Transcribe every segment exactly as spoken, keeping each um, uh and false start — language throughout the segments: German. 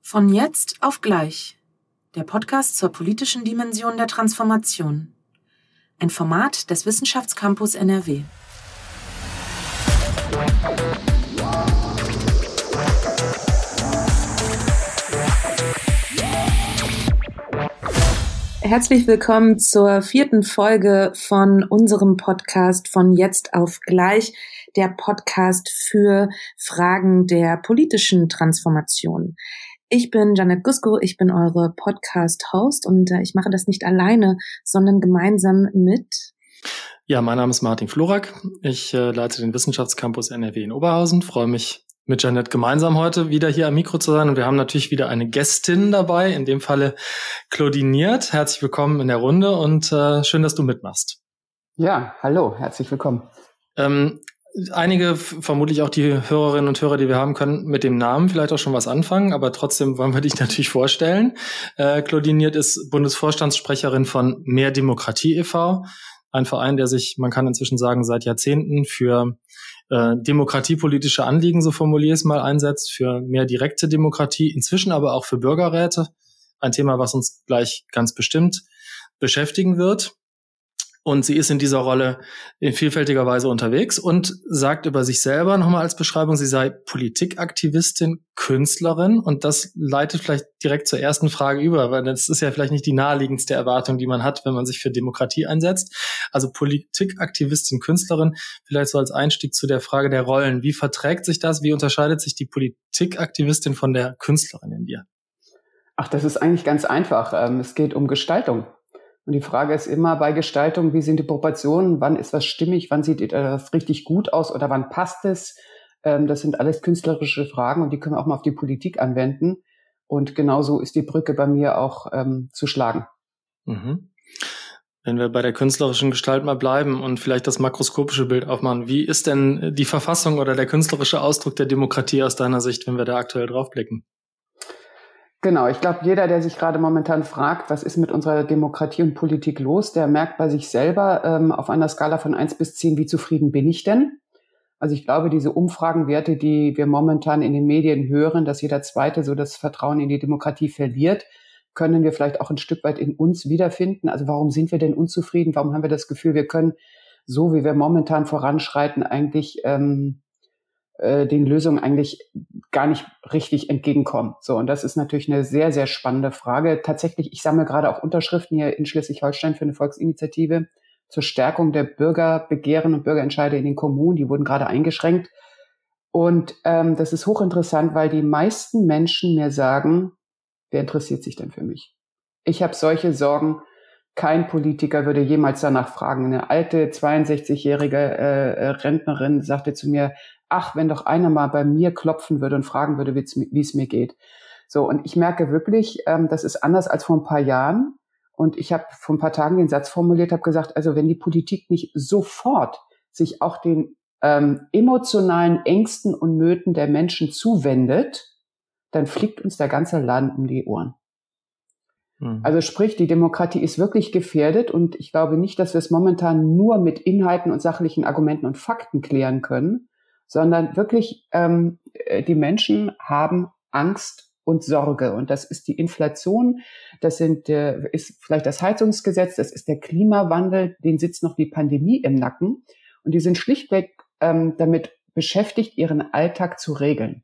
Von jetzt auf gleich. Der Podcast zur politischen Dimension der Transformation. Ein Format des Wissenschaftscampus N R W. Herzlich willkommen zur vierten Folge von unserem Podcast Von jetzt auf gleich, der Podcast für Fragen der politischen Transformation. Ich bin Janet Gusko, ich bin eure Podcast-Host und äh, ich mache das nicht alleine, sondern gemeinsam mit... Ja, mein Name ist Martin Florak. Ich äh, leite den Wissenschaftscampus N R W in Oberhausen. Freue mich, mit Janet gemeinsam heute wieder hier am Mikro zu sein. Und wir haben natürlich wieder eine Gästin dabei, in dem Falle Claudine Niert. Herzlich willkommen in der Runde und äh, schön, dass du mitmachst. Ja, hallo, herzlich willkommen. Ähm, Einige, vermutlich auch die Hörerinnen und Hörer, die wir haben, können mit dem Namen vielleicht auch schon was anfangen, aber trotzdem wollen wir dich natürlich vorstellen. Äh, Claudine Niert ist Bundesvorstandssprecherin von Mehr Demokratie e V, ein Verein, der sich, man kann inzwischen sagen, seit Jahrzehnten für äh, demokratiepolitische Anliegen, so formuliere ich es mal, einsetzt, für mehr direkte Demokratie, inzwischen aber auch für Bürgerräte, ein Thema, was uns gleich ganz bestimmt beschäftigen wird. Und sie ist in dieser Rolle in vielfältiger Weise unterwegs und sagt über sich selber nochmal als Beschreibung, sie sei Politikaktivistin, Künstlerin. Und das leitet vielleicht direkt zur ersten Frage über, weil das ist ja vielleicht nicht die naheliegendste Erwartung, die man hat, wenn man sich für Demokratie einsetzt. Also Politikaktivistin, Künstlerin, vielleicht so als Einstieg zu der Frage der Rollen. Wie verträgt sich das? Wie unterscheidet sich die Politikaktivistin von der Künstlerin in dir? Ach, das ist eigentlich ganz einfach. Es geht um Gestaltung. Und die Frage ist immer bei Gestaltung, wie sind die Proportionen, wann ist was stimmig, wann sieht etwas richtig gut aus oder wann passt es? Das sind alles künstlerische Fragen und die können wir auch mal auf die Politik anwenden. Und genauso ist die Brücke bei mir auch ähm, zu schlagen. Mhm. Wenn wir bei der künstlerischen Gestalt mal bleiben und vielleicht das makroskopische Bild aufmachen, wie ist denn die Verfassung oder der künstlerische Ausdruck der Demokratie aus deiner Sicht, wenn wir da aktuell drauf blicken? Genau, ich glaube, jeder, der sich gerade momentan fragt, was ist mit unserer Demokratie und Politik los, der merkt bei sich selber ähm, auf einer Skala von eins bis zehn, wie zufrieden bin ich denn? Also ich glaube, diese Umfragenwerte, die wir momentan in den Medien hören, dass jeder Zweite so das Vertrauen in die Demokratie verliert, können wir vielleicht auch ein Stück weit in uns wiederfinden. Also warum sind wir denn unzufrieden? Warum haben wir das Gefühl, wir können, so wie wir momentan voranschreiten, eigentlich ähm, äh, den Lösungen eigentlich gar nicht richtig entgegenkommen. So, und das ist natürlich eine sehr, sehr spannende Frage. Tatsächlich, ich sammle gerade auch Unterschriften hier in Schleswig-Holstein für eine Volksinitiative zur Stärkung der Bürgerbegehren und Bürgerentscheide in den Kommunen. Die wurden gerade eingeschränkt. Und ähm, das ist hochinteressant, weil die meisten Menschen mir sagen, wer interessiert sich denn für mich? Ich habe solche Sorgen. Kein Politiker würde jemals danach fragen. Eine alte zweiundsechzigjährige äh, Rentnerin sagte zu mir, ach, wenn doch einer mal bei mir klopfen würde und fragen würde, wie es mir geht. So, und ich merke wirklich, ähm, das ist anders als vor ein paar Jahren. Und ich habe vor ein paar Tagen den Satz formuliert, habe gesagt, also wenn die Politik nicht sofort sich auch den ähm, emotionalen Ängsten und Nöten der Menschen zuwendet, dann fliegt uns der ganze Laden um die Ohren. Mhm. Also sprich, die Demokratie ist wirklich gefährdet und ich glaube nicht, dass wir es momentan nur mit Inhalten und sachlichen Argumenten und Fakten klären können, sondern wirklich ähm, die Menschen haben Angst und Sorge. Und das ist die Inflation, das sind, äh, ist vielleicht das Heizungsgesetz, das ist der Klimawandel, denen sitzt noch die Pandemie im Nacken. Und die sind schlichtweg ähm, damit beschäftigt, ihren Alltag zu regeln.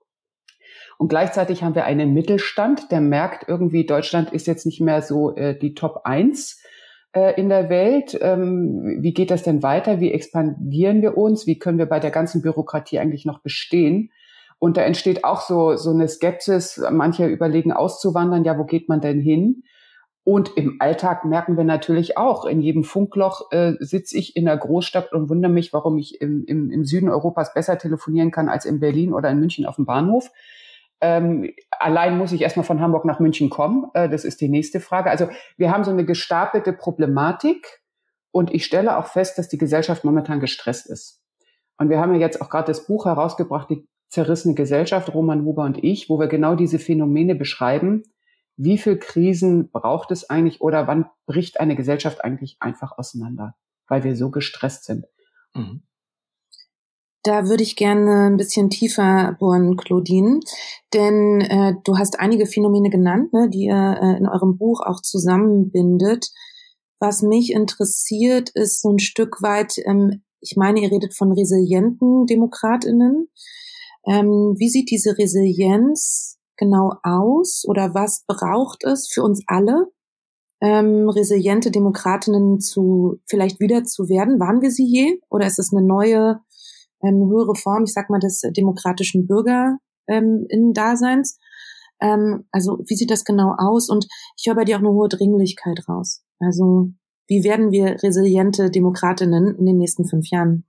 Und gleichzeitig haben wir einen Mittelstand, der merkt irgendwie, Deutschland ist jetzt nicht mehr so äh, die Top eins äh, in der Welt. Ähm, wie geht das denn weiter? Wie expandieren wir uns? Wie können wir bei der ganzen Bürokratie eigentlich noch bestehen? Und da entsteht auch so so eine Skepsis. Manche überlegen auszuwandern. Ja, wo geht man denn hin? Und im Alltag merken wir natürlich auch, in jedem Funkloch äh, sitze ich in der Großstadt und wundere mich, warum ich im, im, im Süden Europas besser telefonieren kann als in Berlin oder in München auf dem Bahnhof. Ähm, allein muss ich erstmal von Hamburg nach München kommen. Äh, das ist die nächste Frage. Also wir haben so eine gestapelte Problematik und ich stelle auch fest, dass die Gesellschaft momentan gestresst ist. Und wir haben ja jetzt auch gerade das Buch herausgebracht, die zerrissene Gesellschaft, Roman Huber und ich, wo wir genau diese Phänomene beschreiben. Wie viel Krisen braucht es eigentlich oder wann bricht eine Gesellschaft eigentlich einfach auseinander, weil wir so gestresst sind? Mhm. Da würde ich gerne ein bisschen tiefer bohren, Claudine, denn äh, du hast einige Phänomene genannt, ne, die ihr äh, in eurem Buch auch zusammenbindet. Was mich interessiert, ist so ein Stück weit, ähm, ich meine, ihr redet von resilienten DemokratInnen. Ähm, wie sieht diese Resilienz genau aus oder was braucht es für uns alle, ähm, resiliente Demokratinnen zu vielleicht wieder zu werden? Waren wir sie je oder ist es eine neue ähm, höhere Form, ich sag mal, des demokratischen BürgerInnen-Daseins? Ähm, also wie sieht das genau aus? Und ich höre bei dir auch eine hohe Dringlichkeit raus. Also wie werden wir resiliente Demokratinnen in den nächsten fünf Jahren?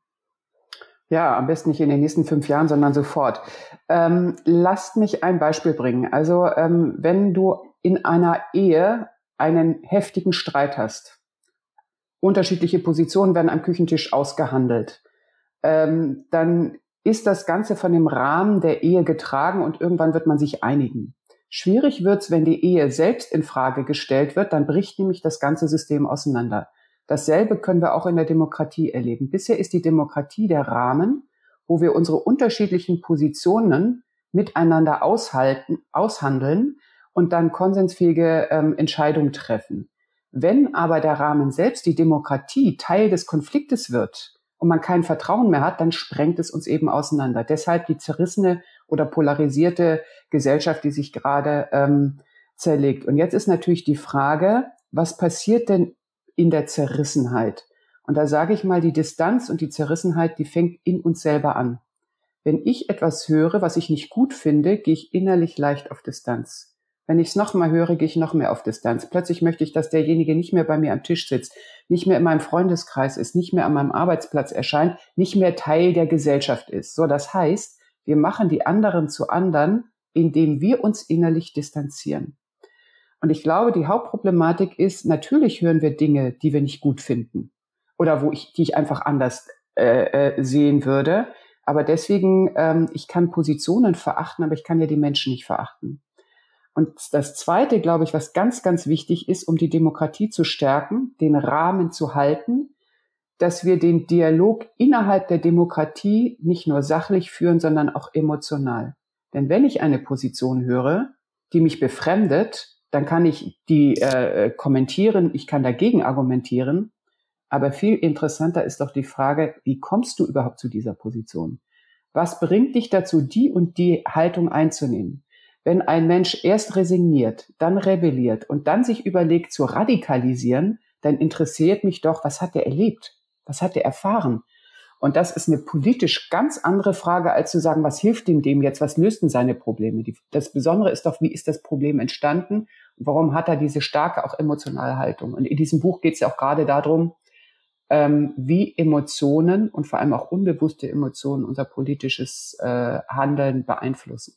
Ja, am besten nicht in den nächsten fünf Jahren, sondern sofort. Ähm, lasst mich ein Beispiel bringen. Also ähm, wenn du in einer Ehe einen heftigen Streit hast, unterschiedliche Positionen werden am Küchentisch ausgehandelt, ähm, dann ist das Ganze von dem Rahmen der Ehe getragen und irgendwann wird man sich einigen. Schwierig wird's, wenn die Ehe selbst in Frage gestellt wird, dann bricht nämlich das ganze System auseinander. Dasselbe können wir auch in der Demokratie erleben. Bisher ist die Demokratie der Rahmen, wo wir unsere unterschiedlichen Positionen miteinander aushalten, aushandeln und dann konsensfähige ähm, Entscheidungen treffen. Wenn aber der Rahmen selbst, die Demokratie, Teil des Konfliktes wird und man kein Vertrauen mehr hat, dann sprengt es uns eben auseinander. Deshalb die zerrissene oder polarisierte Gesellschaft, die sich gerade ähm, zerlegt. Und jetzt ist natürlich die Frage, was passiert denn in der Zerrissenheit? Und da sage ich mal, die Distanz und die Zerrissenheit, die fängt in uns selber an. Wenn ich etwas höre, was ich nicht gut finde, gehe ich innerlich leicht auf Distanz. Wenn ich es nochmal höre, gehe ich noch mehr auf Distanz. Plötzlich möchte ich, dass derjenige nicht mehr bei mir am Tisch sitzt, nicht mehr in meinem Freundeskreis ist, nicht mehr an meinem Arbeitsplatz erscheint, nicht mehr Teil der Gesellschaft ist. So, das heißt, wir machen die anderen zu anderen, indem wir uns innerlich distanzieren. Und ich glaube, die Hauptproblematik ist, natürlich hören wir Dinge, die wir nicht gut finden oder wo ich, die ich einfach anders äh, äh, sehen würde. Aber deswegen, ähm, ich kann Positionen verachten, aber ich kann ja die Menschen nicht verachten. Und das Zweite, glaube ich, was ganz, ganz wichtig ist, um die Demokratie zu stärken, den Rahmen zu halten, dass wir den Dialog innerhalb der Demokratie nicht nur sachlich führen, sondern auch emotional. Denn wenn ich eine Position höre, die mich befremdet, dann kann ich die äh, kommentieren, ich kann dagegen argumentieren. Aber viel interessanter ist doch die Frage, wie kommst du überhaupt zu dieser Position? Was bringt dich dazu, die und die Haltung einzunehmen? Wenn ein Mensch erst resigniert, dann rebelliert und dann sich überlegt zu radikalisieren, dann interessiert mich doch, was hat er erlebt? Was hat er erfahren? Und das ist eine politisch ganz andere Frage, als zu sagen, was hilft ihm dem jetzt? Was löst denn seine Probleme? Das Besondere ist doch, wie ist das Problem entstanden? Und warum hat er diese starke, auch emotionale Haltung? Und in diesem Buch geht es ja auch gerade darum, ähm, wie Emotionen und vor allem auch unbewusste Emotionen unser politisches äh, Handeln beeinflussen.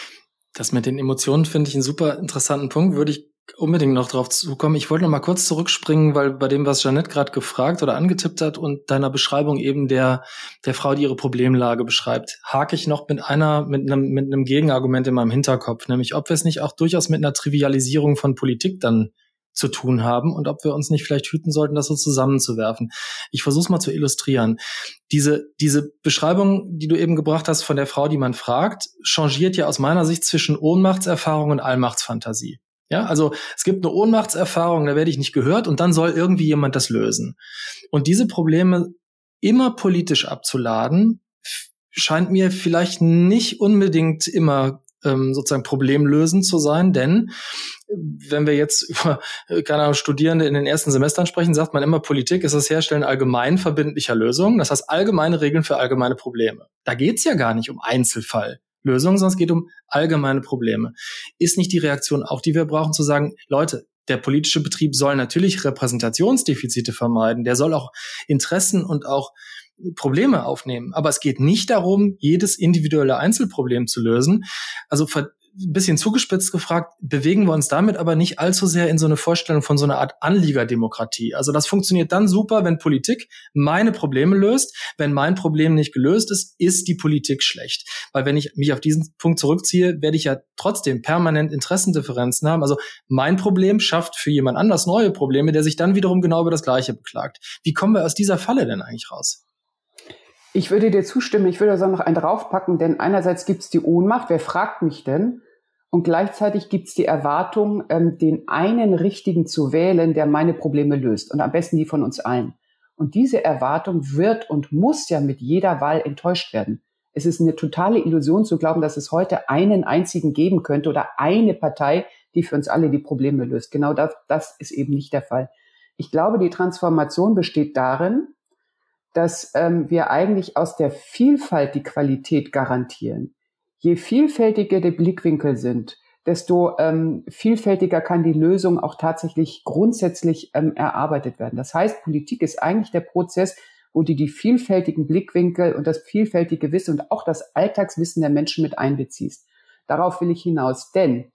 Das mit den Emotionen finde ich einen super interessanten Punkt, würde ich unbedingt noch drauf zukommen. Ich wollte noch mal kurz zurückspringen, weil bei dem, was Jeanette gerade gefragt oder angetippt hat und deiner Beschreibung eben der der Frau, die ihre Problemlage beschreibt, hake ich noch mit einer mit einem mit einem Gegenargument in meinem Hinterkopf, nämlich ob wir es nicht auch durchaus mit einer Trivialisierung von Politik dann zu tun haben und ob wir uns nicht vielleicht hüten sollten, das so zusammenzuwerfen. Ich versuche es mal zu illustrieren. Diese diese Beschreibung, die du eben gebracht hast von der Frau, die man fragt, changiert ja aus meiner Sicht zwischen Ohnmachtserfahrung und Allmachtsfantasie. Ja, also es gibt eine Ohnmachtserfahrung, da werde ich nicht gehört und dann soll irgendwie jemand das lösen. Und diese Probleme immer politisch abzuladen, scheint mir vielleicht nicht unbedingt immer ähm, sozusagen problemlösend zu sein, denn wenn wir jetzt über, keine Ahnung, Studierende in den ersten Semestern sprechen, sagt man immer, Politik ist das Herstellen allgemein verbindlicher Lösungen, das heißt allgemeine Regeln für allgemeine Probleme. Da geht's ja gar nicht um Einzelfalllösungen, sondern es geht um allgemeine Probleme. Ist nicht die Reaktion auch, die wir brauchen, zu sagen, Leute, der politische Betrieb soll natürlich Repräsentationsdefizite vermeiden, der soll auch Interessen und auch Probleme aufnehmen. Aber es geht nicht darum, jedes individuelle Einzelproblem zu lösen. Also ein bisschen zugespitzt gefragt, bewegen wir uns damit aber nicht allzu sehr in so eine Vorstellung von so einer Art Anliegerdemokratie. Also das funktioniert dann super, wenn Politik meine Probleme löst. Wenn mein Problem nicht gelöst ist, ist die Politik schlecht. Weil wenn ich mich auf diesen Punkt zurückziehe, werde ich ja trotzdem permanent Interessendifferenzen haben. Also mein Problem schafft für jemand anders neue Probleme, der sich dann wiederum genau über das Gleiche beklagt. Wie kommen wir aus dieser Falle denn eigentlich raus? Ich würde dir zustimmen, ich würde also noch einen draufpacken, denn einerseits gibt es die Ohnmacht, wer fragt mich denn? Und gleichzeitig gibt es die Erwartung, ähm, den einen Richtigen zu wählen, der meine Probleme löst und am besten die von uns allen. Und diese Erwartung wird und muss ja mit jeder Wahl enttäuscht werden. Es ist eine totale Illusion zu glauben, dass es heute einen einzigen geben könnte oder eine Partei, die für uns alle die Probleme löst. Genau das, das ist eben nicht der Fall. Ich glaube, die Transformation besteht darin, dass ähm, wir eigentlich aus der Vielfalt die Qualität garantieren. Je vielfältiger die Blickwinkel sind, desto ähm, vielfältiger kann die Lösung auch tatsächlich grundsätzlich ähm, erarbeitet werden. Das heißt, Politik ist eigentlich der Prozess, wo du die vielfältigen Blickwinkel und das vielfältige Wissen und auch das Alltagswissen der Menschen mit einbeziehst. Darauf will ich hinaus, denn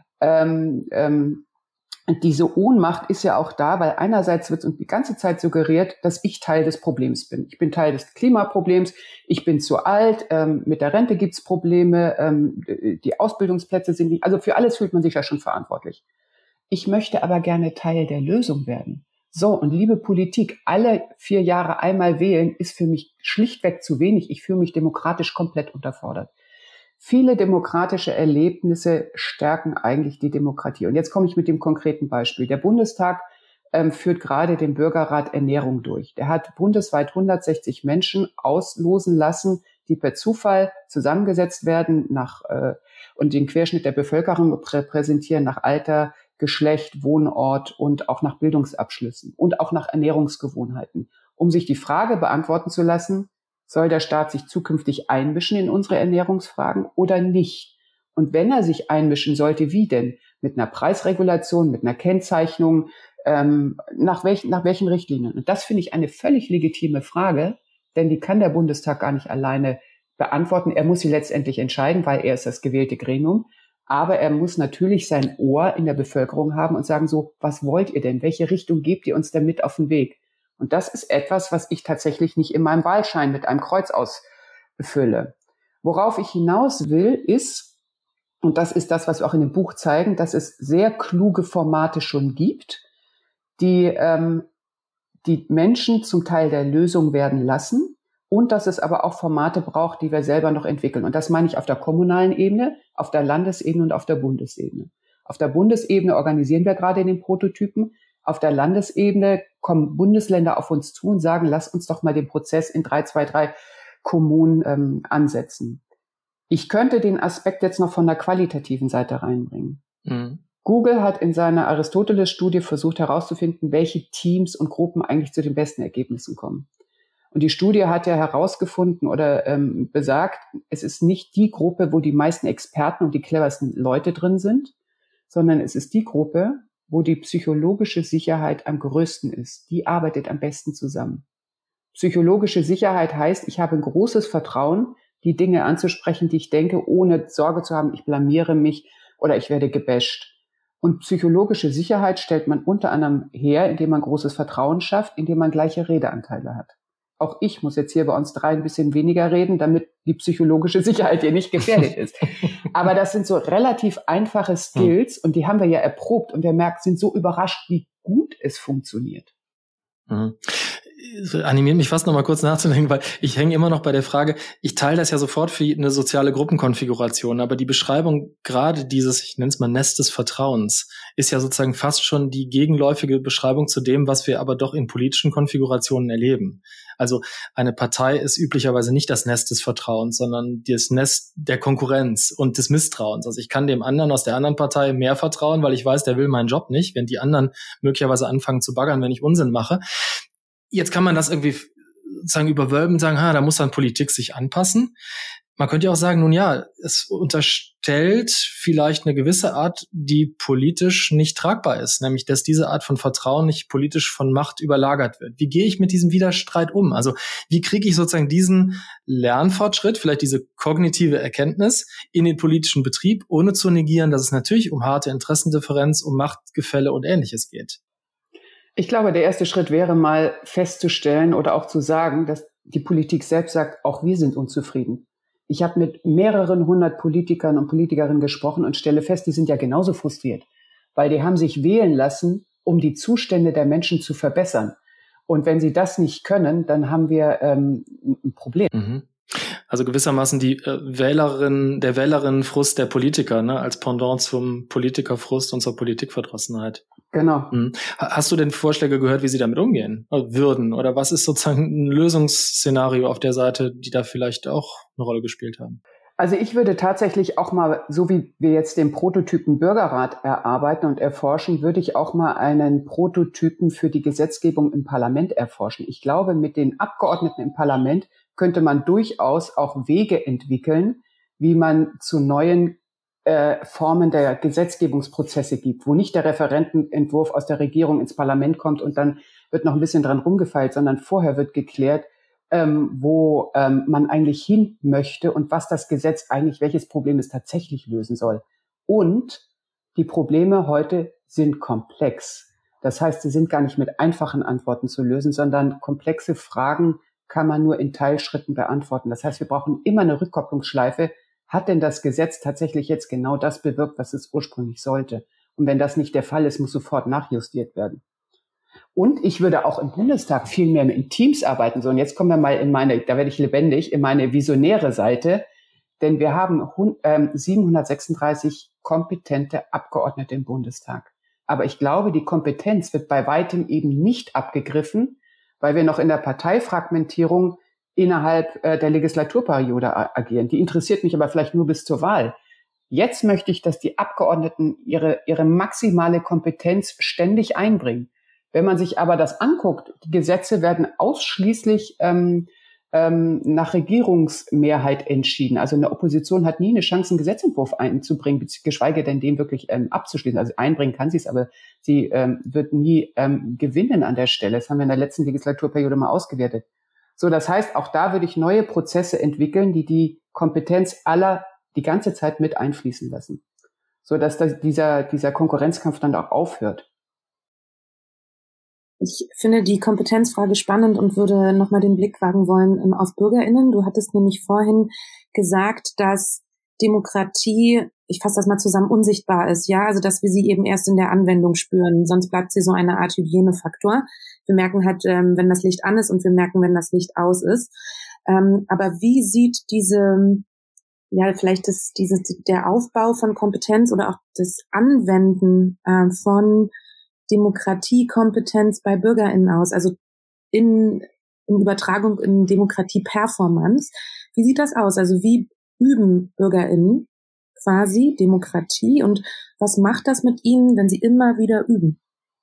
ähm, ähm, diese Ohnmacht ist ja auch da, weil einerseits wird uns die ganze Zeit suggeriert, dass ich Teil des Problems bin. Ich bin Teil des Klimaproblems, ich bin zu alt, ähm, mit der Rente gibt's Probleme, ähm, die Ausbildungsplätze sind nicht, also für alles fühlt man sich ja schon verantwortlich. Ich möchte aber gerne Teil der Lösung werden. So, und liebe Politik, alle vier Jahre einmal wählen ist für mich schlichtweg zu wenig. Ich fühle mich demokratisch komplett unterfordert. Viele demokratische Erlebnisse stärken eigentlich die Demokratie. Und jetzt komme ich mit dem konkreten Beispiel. Der Bundestag ähm, führt gerade den Bürgerrat Ernährung durch. Der hat bundesweit hundertsechzig Menschen auslosen lassen, die per Zufall zusammengesetzt werden nach, äh, und den Querschnitt der Bevölkerung repräsentieren nach Alter, Geschlecht, Wohnort und auch nach Bildungsabschlüssen und auch nach Ernährungsgewohnheiten, um sich die Frage beantworten zu lassen, soll der Staat sich zukünftig einmischen in unsere Ernährungsfragen oder nicht? Und wenn er sich einmischen sollte, wie denn? Mit einer Preisregulation, mit einer Kennzeichnung, ähm, nach, welchen, nach welchen Richtlinien? Und das finde ich eine völlig legitime Frage, denn die kann der Bundestag gar nicht alleine beantworten. Er muss sie letztendlich entscheiden, weil er ist das gewählte Gremium. Aber er muss natürlich sein Ohr in der Bevölkerung haben und sagen so, was wollt ihr denn? Welche Richtung gebt ihr uns denn mit auf den Weg? Und das ist etwas, was ich tatsächlich nicht in meinem Wahlschein mit einem Kreuz ausfülle. Worauf ich hinaus will, ist, und das ist das, was wir auch in dem Buch zeigen, dass es sehr kluge Formate schon gibt, die ähm, die Menschen zum Teil der Lösung werden lassen und dass es aber auch Formate braucht, die wir selber noch entwickeln. Und das meine ich auf der kommunalen Ebene, auf der Landesebene und auf der Bundesebene. Auf der Bundesebene organisieren wir gerade den Prototypen. Auf der Landesebene kommen Bundesländer auf uns zu und sagen, lass uns doch mal den Prozess in drei zwei drei Kommunen ähm, ansetzen. Ich könnte den Aspekt jetzt noch von der qualitativen Seite reinbringen. Mhm. Google hat in seiner Aristoteles-Studie versucht herauszufinden, welche Teams und Gruppen eigentlich zu den besten Ergebnissen kommen. Und die Studie hat ja herausgefunden oder ähm, besagt, es ist nicht die Gruppe, wo die meisten Experten und die cleversten Leute drin sind, sondern es ist die Gruppe, wo die psychologische Sicherheit am größten ist. Die arbeitet am besten zusammen. Psychologische Sicherheit heißt, ich habe ein großes Vertrauen, die Dinge anzusprechen, die ich denke, ohne Sorge zu haben, ich blamiere mich oder ich werde gebasht. Und psychologische Sicherheit stellt man unter anderem her, indem man großes Vertrauen schafft, indem man gleiche Redeanteile hat. Auch ich muss jetzt hier bei uns drei ein bisschen weniger reden, damit die psychologische Sicherheit hier nicht gefährdet ist. Aber das sind so relativ einfache Skills und die haben wir ja erprobt und wir merken, sind so überrascht, wie gut es funktioniert. Mhm. Animiert mich fast noch mal kurz nachzudenken, weil ich hänge immer noch bei der Frage, ich teile das ja sofort für eine soziale Gruppenkonfiguration, aber die Beschreibung gerade dieses, ich nenne es mal Nest des Vertrauens, ist ja sozusagen fast schon die gegenläufige Beschreibung zu dem, was wir aber doch in politischen Konfigurationen erleben. Also eine Partei ist üblicherweise nicht das Nest des Vertrauens, sondern das Nest der Konkurrenz und des Misstrauens. Also ich kann dem anderen aus der anderen Partei mehr vertrauen, weil ich weiß, der will meinen Job nicht, wenn die anderen möglicherweise anfangen zu baggern, wenn ich Unsinn mache. Jetzt kann man das irgendwie sozusagen überwölben und sagen, ha, da muss dann Politik sich anpassen. Man könnte ja auch sagen, nun ja, es unterstellt vielleicht eine gewisse Art, die politisch nicht tragbar ist, nämlich dass diese Art von Vertrauen nicht politisch von Macht überlagert wird. Wie gehe ich mit diesem Widerstreit um? Also wie kriege ich sozusagen diesen Lernfortschritt, vielleicht diese kognitive Erkenntnis in den politischen Betrieb, ohne zu negieren, dass es natürlich um harte Interessendifferenz, um Machtgefälle und Ähnliches geht? Ich glaube, der erste Schritt wäre mal festzustellen oder auch zu sagen, dass die Politik selbst sagt, auch wir sind unzufrieden. Ich habe mit mehreren hundert Politikern und Politikerinnen gesprochen und stelle fest, die sind ja genauso frustriert, weil die haben sich wählen lassen, um die Zustände der Menschen zu verbessern. Und wenn sie das nicht können, dann haben wir ähm, ein Problem. Mhm. Also gewissermaßen die äh, Wählerin, der Wählerinnenfrust der Politiker, ne, als Pendant zum Politikerfrust und zur Politikverdrossenheit. Genau. Mhm. Hast du denn Vorschläge gehört, wie sie damit umgehen würden? Oder was ist sozusagen ein Lösungsszenario auf der Seite, die da vielleicht auch eine Rolle gespielt haben? Also ich würde tatsächlich auch mal, so wie wir jetzt den Prototypen Bürgerrat erarbeiten und erforschen, würde ich auch mal einen Prototypen für die Gesetzgebung im Parlament erforschen. Ich glaube, mit den Abgeordneten im Parlament könnte man durchaus auch Wege entwickeln, wie man zu neuen äh, Formen der Gesetzgebungsprozesse gibt, wo nicht der Referentenentwurf aus der Regierung ins Parlament kommt und dann wird noch ein bisschen dran rumgefeilt, sondern vorher wird geklärt, ähm, wo ähm, man eigentlich hin möchte und was das Gesetz eigentlich, welches Problem es tatsächlich lösen soll. Und die Probleme heute sind komplex. Das heißt, sie sind gar nicht mit einfachen Antworten zu lösen, sondern komplexe Fragen kann man nur in Teilschritten beantworten. Das heißt, wir brauchen immer eine Rückkopplungsschleife. Hat denn das Gesetz tatsächlich jetzt genau das bewirkt, was es ursprünglich sollte? Und wenn das nicht der Fall ist, muss sofort nachjustiert werden. Und ich würde auch im Bundestag viel mehr in Teams arbeiten. So, und jetzt kommen wir mal in meine, da werde ich lebendig, in meine visionäre Seite. Denn wir haben siebenhundertsechsunddreißig kompetente Abgeordnete im Bundestag. Aber ich glaube, die Kompetenz wird bei weitem eben nicht abgegriffen, weil wir noch in der Parteifragmentierung innerhalb äh, der Legislaturperiode a- agieren. Die interessiert mich aber vielleicht nur bis zur Wahl. Jetzt möchte ich, dass die Abgeordneten ihre, ihre maximale Kompetenz ständig einbringen. Wenn man sich aber das anguckt, die Gesetze werden ausschließlich ähm, ähm, nach Regierungsmehrheit entschieden. Also eine Opposition hat nie eine Chance, einen Gesetzentwurf einzubringen, geschweige denn den wirklich ähm, abzuschließen. Also einbringen kann sie es, aber sie ähm, wird nie ähm, gewinnen an der Stelle. Das haben wir in der letzten Legislaturperiode mal ausgewertet. So, das heißt, auch da würde ich neue Prozesse entwickeln, die die Kompetenz aller die ganze Zeit mit einfließen lassen, so dass das, dieser dieser Konkurrenzkampf dann auch aufhört. Ich finde die Kompetenzfrage spannend und würde nochmal den Blick wagen wollen auf BürgerInnen. Du hattest nämlich vorhin gesagt, dass Demokratie, ich fasse das mal zusammen, unsichtbar ist. Ja, also dass wir sie eben erst in der Anwendung spüren, sonst bleibt sie so eine Art Hygienefaktor. Wir merken halt, wenn das Licht an ist und wir merken, wenn das Licht aus ist. Aber wie sieht diese, ja, vielleicht das, dieses, der Aufbau von Kompetenz oder auch das Anwenden von Demokratiekompetenz bei BürgerInnen aus, also in, in Übertragung in Demokratie-Performance. Wie sieht das aus? Also wie üben BürgerInnen quasi Demokratie und was macht das mit ihnen, wenn sie immer wieder üben?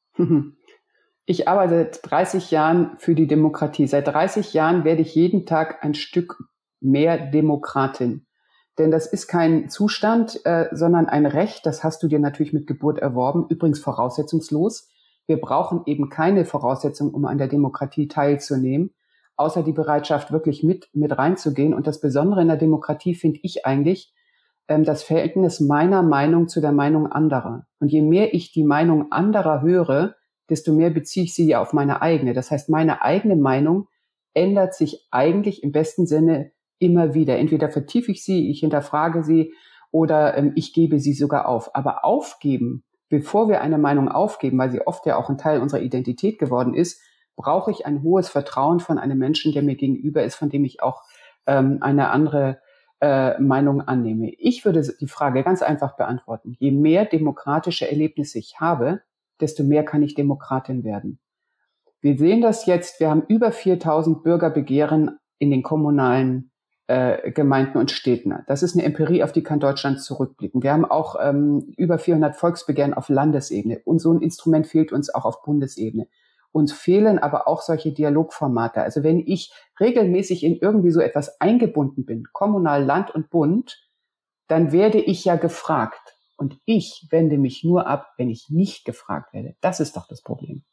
Ich arbeite seit dreißig Jahren für die Demokratie. Seit dreißig Jahren werde ich jeden Tag ein Stück mehr Demokratin. Denn das ist kein Zustand, äh, sondern ein Recht. Das hast du dir natürlich mit Geburt erworben. Übrigens voraussetzungslos. Wir brauchen eben keine Voraussetzung, um an der Demokratie teilzunehmen, außer die Bereitschaft, wirklich mit, mit reinzugehen. Und das Besondere in der Demokratie finde ich eigentlich ähm, das Verhältnis meiner Meinung zu der Meinung anderer. Und je mehr ich die Meinung anderer höre, desto mehr beziehe ich sie ja auf meine eigene. Das heißt, meine eigene Meinung ändert sich eigentlich im besten Sinne immer wieder. Entweder vertiefe ich sie, ich hinterfrage sie oder ähm, ich gebe sie sogar auf. Aber aufgeben, bevor wir eine Meinung aufgeben, weil sie oft ja auch ein Teil unserer Identität geworden ist, brauche ich ein hohes Vertrauen von einem Menschen, der mir gegenüber ist, von dem ich auch ähm, eine andere äh, Meinung annehme. Ich würde die Frage ganz einfach beantworten. Je mehr demokratische Erlebnisse ich habe, desto mehr kann ich Demokratin werden. Wir sehen das jetzt, wir haben über viertausend Bürgerbegehren in den kommunalen Äh, Gemeinden und Städten. Das ist eine Empirie, auf die kann Deutschland zurückblicken. Wir haben auch ähm, über vierhundert Volksbegehren auf Landesebene und so ein Instrument fehlt uns auch auf Bundesebene. Uns fehlen aber auch solche Dialogformate. Also wenn ich regelmäßig in irgendwie so etwas eingebunden bin, kommunal, Land und Bund, dann werde ich ja gefragt. Und ich wende mich nur ab, wenn ich nicht gefragt werde. Das ist doch das Problem.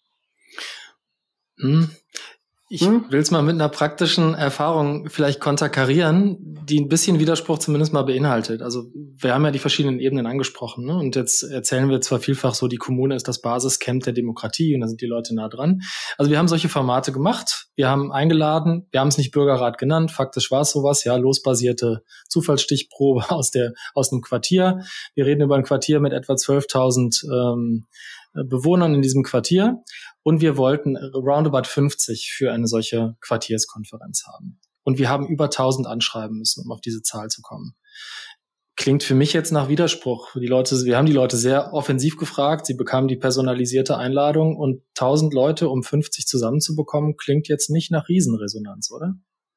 Hm. Ich hm? will es mal mit einer praktischen Erfahrung vielleicht konterkarieren, die ein bisschen Widerspruch zumindest mal beinhaltet. Also wir haben ja die verschiedenen Ebenen angesprochen, ne? Und jetzt erzählen wir zwar vielfach so, die Kommune ist das Basiscamp der Demokratie und da sind die Leute nah dran. Also wir haben solche Formate gemacht, wir haben eingeladen, wir haben es nicht Bürgerrat genannt, faktisch war es sowas, ja, losbasierte Zufallsstichprobe aus der aus einem Quartier. Wir reden über ein Quartier mit etwa zwölftausend ähm, äh, Bewohnern in diesem Quartier und wir wollten roundabout fünfzig für eine solche Quartierskonferenz haben. Und wir haben über tausend anschreiben müssen, um auf diese Zahl zu kommen. Klingt für mich jetzt nach Widerspruch. Die Leute, wir haben die Leute sehr offensiv gefragt, sie bekamen die personalisierte Einladung und tausend Leute, um fünfzig zusammenzubekommen, klingt jetzt nicht nach Riesenresonanz, oder?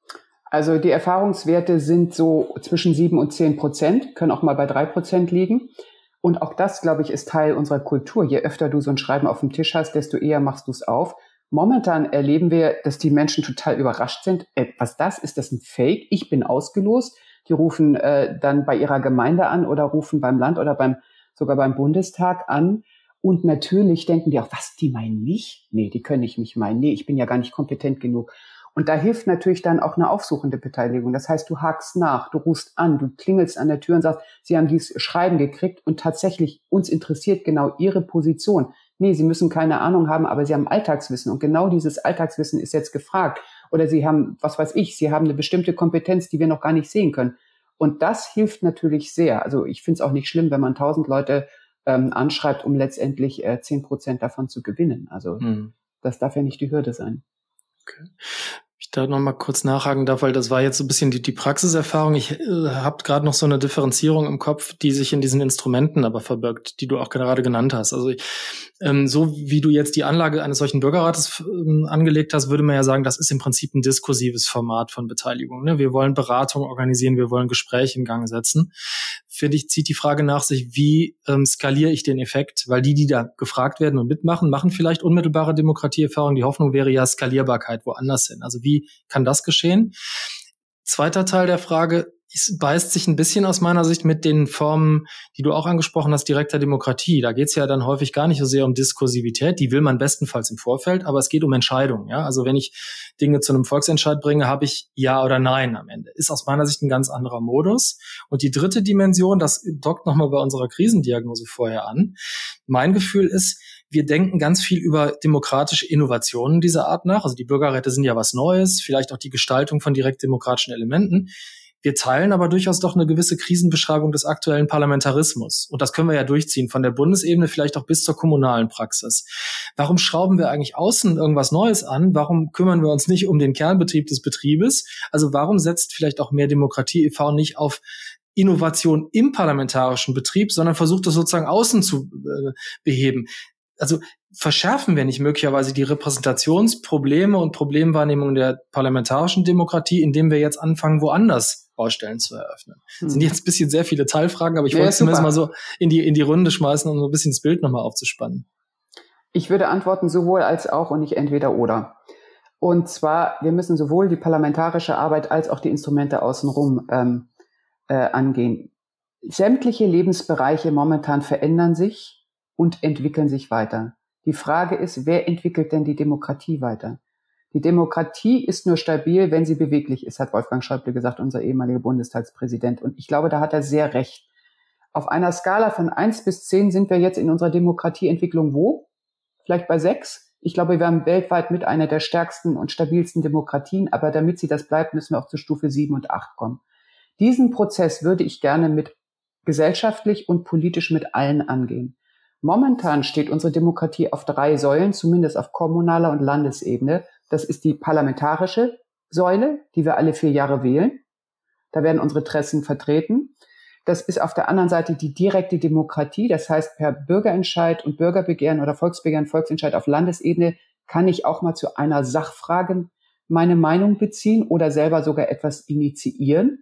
Also die Erfahrungswerte sind so zwischen sieben und zehn Prozent, können auch mal bei drei Prozent liegen. Und auch das, glaube ich, ist Teil unserer Kultur. Je öfter du so ein Schreiben auf dem Tisch hast, desto eher machst du es auf. Momentan erleben wir, dass die Menschen total überrascht sind. Äh, was das? Ist das ein Fake? Ich bin ausgelost. Die rufen äh, dann bei ihrer Gemeinde an oder rufen beim Land oder beim sogar beim Bundestag an. Und natürlich denken die auch, was, die meinen mich? Nee, die können nicht mich meinen. Nee, ich bin ja gar nicht kompetent genug. Und da hilft natürlich dann auch eine aufsuchende Beteiligung. Das heißt, du hakst nach, du rufst an, du klingelst an der Tür und sagst, sie haben dieses Schreiben gekriegt und tatsächlich uns interessiert genau ihre Position. Nee, sie müssen keine Ahnung haben, aber sie haben Alltagswissen und genau dieses Alltagswissen ist jetzt gefragt. Oder sie haben, was weiß ich, sie haben eine bestimmte Kompetenz, die wir noch gar nicht sehen können. Und das hilft natürlich sehr. Also ich finde es auch nicht schlimm, wenn man tausend Leute ähm, anschreibt, um letztendlich äh, zehn Prozent davon zu gewinnen. Also hm. das darf ja nicht die Hürde sein. Okay. Ich da noch mal kurz nachhaken darf, weil das war jetzt so ein bisschen die, die Praxiserfahrung. Ich äh, habe gerade noch so eine Differenzierung im Kopf, die sich in diesen Instrumenten aber verbirgt, die du auch gerade genannt hast. Also ich, ähm, so wie du jetzt die Anlage eines solchen Bürgerrates ähm, angelegt hast, würde man ja sagen, das ist im Prinzip ein diskursives Format von Beteiligung. Ne? Wir wollen Beratung organisieren, wir wollen Gespräche in Gang setzen. Finde ich, zieht die Frage nach sich, wie ähm, skaliere ich den Effekt? Weil die, die da gefragt werden und mitmachen, machen vielleicht unmittelbare Demokratieerfahrung. Die Hoffnung wäre ja Skalierbarkeit woanders hin. Also wie kann das geschehen? Zweiter Teil der Frage, es beißt sich ein bisschen aus meiner Sicht mit den Formen, die du auch angesprochen hast, direkter Demokratie. Da geht es ja dann häufig gar nicht so sehr um Diskursivität, die will man bestenfalls im Vorfeld, aber es geht um Entscheidungen. Ja? Also wenn ich Dinge zu einem Volksentscheid bringe, habe ich Ja oder Nein am Ende. Ist aus meiner Sicht ein ganz anderer Modus. Und die dritte Dimension, das dockt nochmal bei unserer Krisendiagnose vorher an. Mein Gefühl ist, wir denken ganz viel über demokratische Innovationen dieser Art nach. Also die Bürgerräte sind ja was Neues, vielleicht auch die Gestaltung von direktdemokratischen Elementen. Wir teilen aber durchaus doch eine gewisse Krisenbeschreibung des aktuellen Parlamentarismus. Und das können wir ja durchziehen, von der Bundesebene vielleicht auch bis zur kommunalen Praxis. Warum schrauben wir eigentlich außen irgendwas Neues an? Warum kümmern wir uns nicht um den Kernbetrieb des Betriebes? Also warum setzt vielleicht auch mehr Demokratie e V nicht auf Innovation im parlamentarischen Betrieb, sondern versucht das sozusagen außen zu äh, beheben? Also verschärfen wir nicht möglicherweise die Repräsentationsprobleme und Problemwahrnehmung der parlamentarischen Demokratie, indem wir jetzt anfangen, woanders Baustellen zu eröffnen? Das hm. sind jetzt ein bisschen sehr viele Teilfragen, aber ich ja, wollte es zumindest mal so in die, in die Runde schmeißen, um so ein bisschen das Bild nochmal aufzuspannen. Ich würde antworten sowohl als auch und nicht entweder oder. Und zwar, wir müssen sowohl die parlamentarische Arbeit als auch die Instrumente außenrum ähm, äh, angehen. Sämtliche Lebensbereiche momentan verändern sich und entwickeln sich weiter. Die Frage ist, wer entwickelt denn die Demokratie weiter? Die Demokratie ist nur stabil, wenn sie beweglich ist, hat Wolfgang Schäuble gesagt, unser ehemaliger Bundestagspräsident. Und ich glaube, da hat er sehr recht. Auf einer Skala von eins bis zehn sind wir jetzt in unserer Demokratieentwicklung wo? Vielleicht bei sechs? Ich glaube, wir haben weltweit mit einer der stärksten und stabilsten Demokratien, aber damit sie das bleibt, müssen wir auch zu Stufe sieben und acht kommen. Diesen Prozess würde ich gerne mit gesellschaftlich und politisch mit allen angehen. Momentan steht unsere Demokratie auf drei Säulen, zumindest auf kommunaler und Landesebene. Das ist die parlamentarische Säule, die wir alle vier Jahre wählen. Da werden unsere Interessen vertreten. Das ist auf der anderen Seite die direkte Demokratie. Das heißt, per Bürgerentscheid und Bürgerbegehren oder Volksbegehren, Volksentscheid auf Landesebene kann ich auch mal zu einer Sachfrage meine Meinung beziehen oder selber sogar etwas initiieren.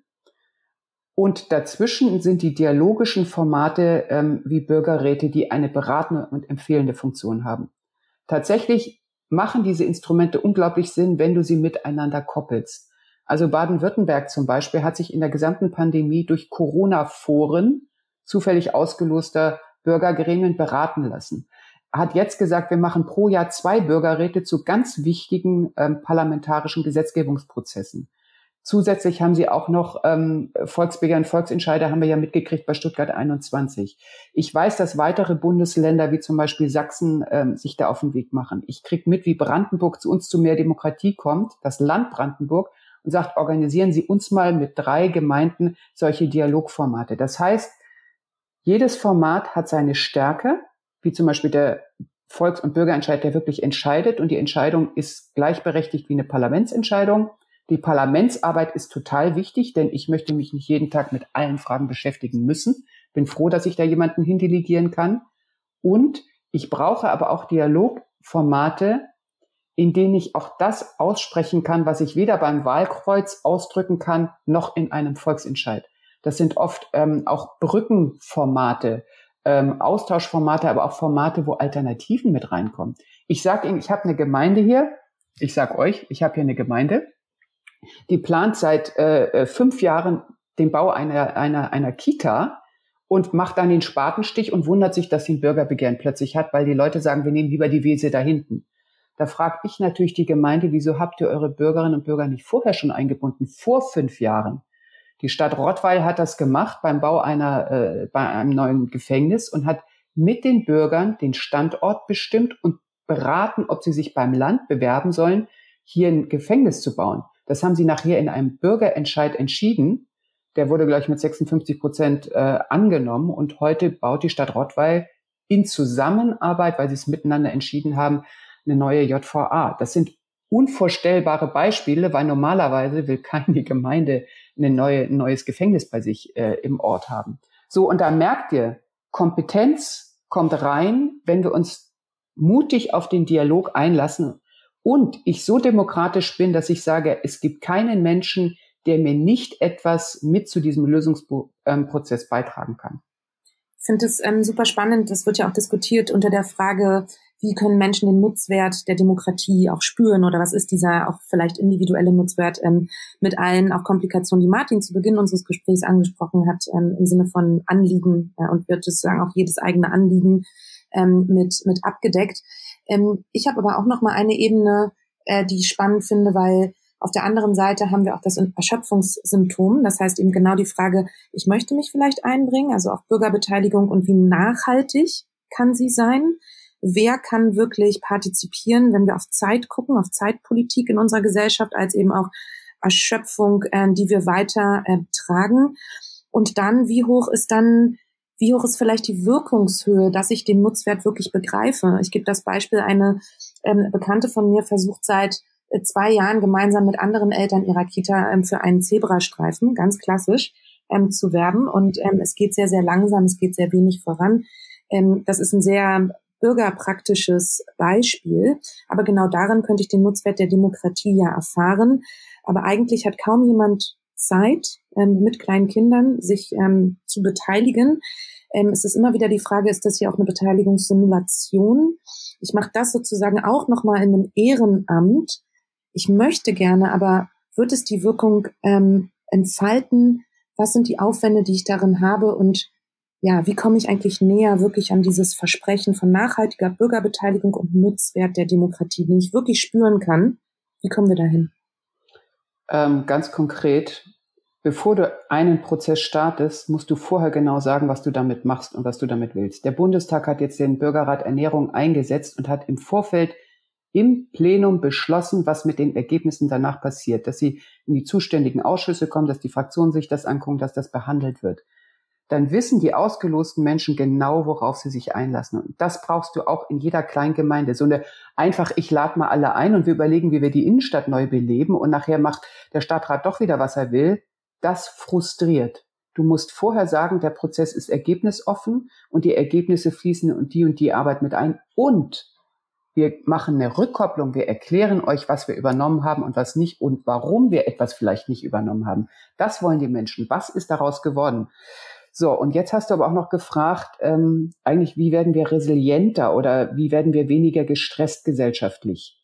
Und dazwischen sind die dialogischen Formate ähm, wie Bürgerräte, die eine beratende und empfehlende Funktion haben. Tatsächlich machen diese Instrumente unglaublich Sinn, wenn du sie miteinander koppelst. Also Baden-Württemberg zum Beispiel hat sich in der gesamten Pandemie durch Corona-Foren zufällig ausgeloster Bürgergremien beraten lassen. Hat jetzt gesagt, wir machen pro Jahr zwei Bürgerräte zu ganz wichtigen ähm, parlamentarischen Gesetzgebungsprozessen. Zusätzlich haben sie auch noch ähm, Volksbegehren, Volksentscheide haben wir ja mitgekriegt bei Stuttgart einundzwanzig. Ich weiß, dass weitere Bundesländer wie zum Beispiel Sachsen ähm, sich da auf den Weg machen. Ich krieg mit, wie Brandenburg zu uns zu mehr Demokratie kommt, das Land Brandenburg, und sagt, organisieren Sie uns mal mit drei Gemeinden solche Dialogformate. Das heißt, jedes Format hat seine Stärke. wie zum Beispiel der Volks- und Bürgerentscheid, der wirklich entscheidet. Und die Entscheidung ist gleichberechtigt wie eine Parlamentsentscheidung. Die Parlamentsarbeit ist total wichtig, denn ich möchte mich nicht jeden Tag mit allen Fragen beschäftigen müssen. Bin froh, dass ich da jemanden hindelegieren kann. Und ich brauche aber auch Dialogformate, in denen ich auch das aussprechen kann, was ich weder beim Wahlkreuz ausdrücken kann, noch in einem Volksentscheid. Das sind oft ähm, auch Brückenformate, ähm, Austauschformate, aber auch Formate, wo Alternativen mit reinkommen. Ich sage Ihnen, ich habe eine Gemeinde hier. Ich sage euch, ich habe hier eine Gemeinde, die plant seit äh, fünf Jahren den Bau einer, einer, einer Kita und macht dann den Spatenstich und wundert sich, dass sie ein Bürgerbegehren plötzlich hat, weil die Leute sagen, wir nehmen lieber die Wiese da hinten. Da frage ich natürlich die Gemeinde, wieso habt ihr eure Bürgerinnen und Bürger nicht vorher schon eingebunden, vor fünf Jahren? Die Stadt Rottweil hat das gemacht beim Bau einer, äh, bei einem neuen Gefängnis und hat mit den Bürgern den Standort bestimmt und beraten, ob sie sich beim Land bewerben sollen, hier ein Gefängnis zu bauen. Das haben sie nachher in einem Bürgerentscheid entschieden. Der wurde gleich mit sechsundfünfzig Prozent äh, angenommen und heute baut die Stadt Rottweil in Zusammenarbeit, weil sie es miteinander entschieden haben, eine neue J V A. Das sind unvorstellbare Beispiele, weil normalerweise will keine Gemeinde eine neue, ein neues Gefängnis bei sich äh, im Ort haben. So, und da merkt ihr, Kompetenz kommt rein, wenn wir uns mutig auf den Dialog einlassen und ich so demokratisch bin, dass ich sage, es gibt keinen Menschen, der mir nicht etwas mit zu diesem Lösungsprozess beitragen kann. Ich finde es ähm, super spannend. Das wird ja auch diskutiert unter der Frage, wie können Menschen den Nutzwert der Demokratie auch spüren oder was ist dieser auch vielleicht individuelle Nutzwert ähm, mit allen auch Komplikationen, die Martin zu Beginn unseres Gesprächs angesprochen hat, ähm, im Sinne von Anliegen äh, und wird sozusagen auch jedes eigene Anliegen ähm, mit mit abgedeckt. Ähm, ich habe aber auch noch mal eine Ebene, äh, die ich spannend finde, weil auf der anderen Seite haben wir auch das Erschöpfungssymptom. Das heißt eben genau die Frage, ich möchte mich vielleicht einbringen, also auch Bürgerbeteiligung und wie nachhaltig kann sie sein? Wer kann wirklich partizipieren, wenn wir auf Zeit gucken, auf Zeitpolitik in unserer Gesellschaft, als eben auch Erschöpfung, äh, die wir weiter äh, tragen? Und dann, wie hoch ist dann, wie hoch ist vielleicht die Wirkungshöhe, dass ich den Nutzwert wirklich begreife? Ich gebe das Beispiel, eine ähm, Bekannte von mir versucht seit äh, zwei Jahren gemeinsam mit anderen Eltern ihrer Kita ähm, für einen Zebrastreifen, ganz klassisch, ähm, zu werben. Und ähm, es geht sehr, sehr langsam, es geht sehr wenig voran. Ähm, das ist ein sehr bürgerpraktisches Beispiel. Aber genau darin könnte ich den Nutzwert der Demokratie ja erfahren. Aber eigentlich hat kaum jemand Zeit, ähm, mit kleinen Kindern sich ähm, zu beteiligen. Ähm, es ist immer wieder die Frage, ist das hier auch eine Beteiligungssimulation? Ich mache das sozusagen auch nochmal in einem Ehrenamt. Ich möchte gerne, aber wird es die Wirkung ähm, entfalten? Was sind die Aufwände, die ich darin habe? Und ja, wie komme ich eigentlich näher wirklich an dieses Versprechen von nachhaltiger Bürgerbeteiligung und Nutzwert der Demokratie, den ich wirklich spüren kann? Wie kommen wir dahin? Ähm, ganz konkret, bevor du einen Prozess startest, musst du vorher genau sagen, was du damit machst und was du damit willst. Der Bundestag hat jetzt den Bürgerrat Ernährung eingesetzt und hat im Vorfeld im Plenum beschlossen, was mit den Ergebnissen danach passiert, dass sie in die zuständigen Ausschüsse kommen, dass die Fraktionen sich das angucken, dass das behandelt wird. Dann wissen die ausgelosten Menschen genau, worauf sie sich einlassen. Und das brauchst du auch in jeder Kleingemeinde. So eine einfach, ich lade mal alle ein und wir überlegen, wie wir die Innenstadt neu beleben und nachher macht der Stadtrat doch wieder, was er will. Das frustriert. Du musst vorher sagen, der Prozess ist ergebnisoffen und die Ergebnisse fließen und die und die Arbeit mit ein. Und wir machen eine Rückkopplung. Wir erklären euch, was wir übernommen haben und was nicht und warum wir etwas vielleicht nicht übernommen haben. Das wollen die Menschen. Was ist daraus geworden? So, und jetzt hast du aber auch noch gefragt, ähm, eigentlich, wie werden wir resilienter oder wie werden wir weniger gestresst gesellschaftlich?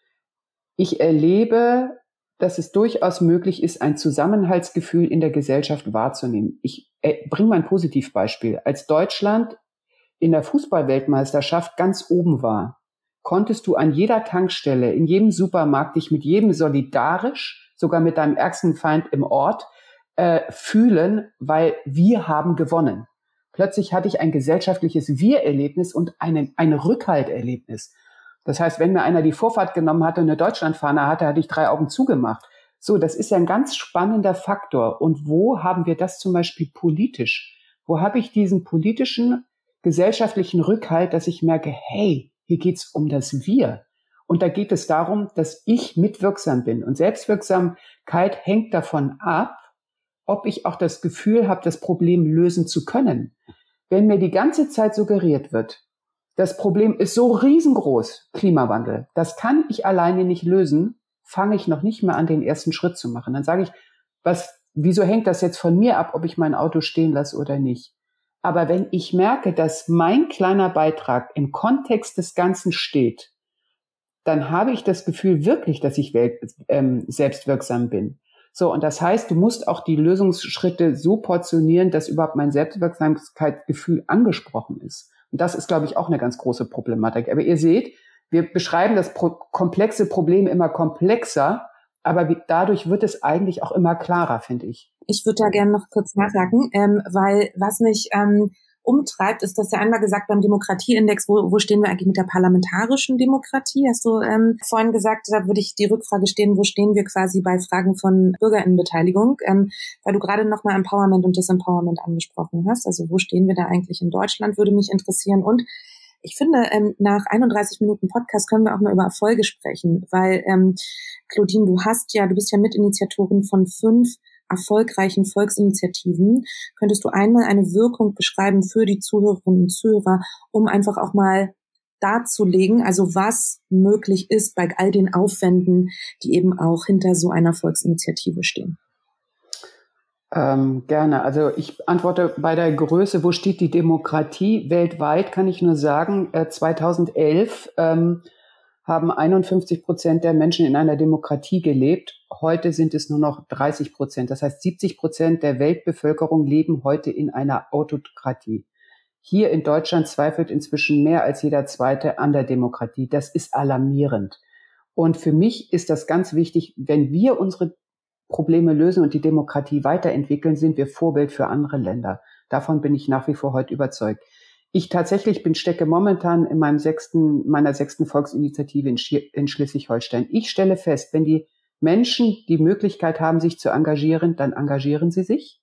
Ich erlebe, dass es durchaus möglich ist, ein Zusammenhaltsgefühl in der Gesellschaft wahrzunehmen. Ich äh, bringe mal ein Positivbeispiel. Als Deutschland in der Fußball-Weltmeisterschaft ganz oben war, konntest du an jeder Tankstelle, in jedem Supermarkt dich mit jedem solidarisch, sogar mit deinem ärgsten Feind im Ort, Äh, fühlen, weil wir haben gewonnen. Plötzlich hatte ich ein gesellschaftliches Wir-Erlebnis und einen, ein Rückhalterlebnis. Das heißt, wenn mir einer die Vorfahrt genommen hatte und eine Deutschlandfahne hatte, hatte ich drei Augen zugemacht. So, das ist ja ein ganz spannender Faktor. Und wo haben wir das zum Beispiel politisch? Wo habe ich diesen politischen gesellschaftlichen Rückhalt, dass ich merke, hey, hier geht's um das Wir. Und da geht es darum, dass ich mitwirksam bin. Und Selbstwirksamkeit hängt davon ab, ob ich auch das Gefühl habe, das Problem lösen zu können. Wenn mir die ganze Zeit suggeriert wird, das Problem ist so riesengroß, Klimawandel, das kann ich alleine nicht lösen, fange ich noch nicht mehr an, den ersten Schritt zu machen. Dann sage ich, was, wieso hängt das jetzt von mir ab, ob ich mein Auto stehen lasse oder nicht? Aber wenn ich merke, dass mein kleiner Beitrag im Kontext des Ganzen steht, dann habe ich das Gefühl wirklich, dass ich welt, ähm, selbstwirksam bin. So, und das heißt, du musst auch die Lösungsschritte so portionieren, dass überhaupt mein Selbstwirksamkeitsgefühl angesprochen ist. Und das ist, glaube ich, auch eine ganz große Problematik. Aber ihr seht, wir beschreiben das pro- komplexe Problem immer komplexer, aber wie, dadurch wird es eigentlich auch immer klarer, finde ich. Ich würde da gerne noch kurz nachhaken, ähm, weil was mich ähm, umtreibt, ist, dass ja einmal gesagt beim Demokratieindex, wo, wo stehen wir eigentlich mit der parlamentarischen Demokratie? Hast du ähm, vorhin gesagt, da würde ich die Rückfrage stehen, wo stehen wir quasi bei Fragen von BürgerInnenbeteiligung, ähm, weil du gerade nochmal Empowerment und Disempowerment angesprochen hast. Also wo stehen wir da eigentlich in Deutschland, würde mich interessieren. Und ich finde, ähm, nach einunddreißig Minuten Podcast können wir auch mal über Erfolge sprechen, weil ähm, Claudine, du hast ja, du bist ja Mitinitiatorin von fünf erfolgreichen Volksinitiativen. Könntest du einmal eine Wirkung beschreiben für die Zuhörerinnen und Zuhörer, um einfach auch mal darzulegen, also was möglich ist bei all den Aufwänden, die eben auch hinter so einer Volksinitiative stehen? Ähm, gerne. Also ich antworte bei der Größe, wo steht die Demokratie? Weltweit kann ich nur sagen, äh, zweitausendelf ähm, haben einundfünfzig Prozent der Menschen in einer Demokratie gelebt. Heute sind es nur noch dreißig Prozent. Das heißt, siebzig Prozent der Weltbevölkerung leben heute in einer Autokratie. Hier in Deutschland zweifelt inzwischen mehr als jeder Zweite an der Demokratie. Das ist alarmierend. Und für mich ist das ganz wichtig, wenn wir unsere Probleme lösen und die Demokratie weiterentwickeln, sind wir Vorbild für andere Länder. Davon bin ich nach wie vor heute überzeugt. Ich tatsächlich bin stecke momentan in meinem sechsten, meiner sechsten Volksinitiative in, Schi- in Schleswig-Holstein. Ich stelle fest, wenn die Menschen die Möglichkeit haben, sich zu engagieren, dann engagieren sie sich.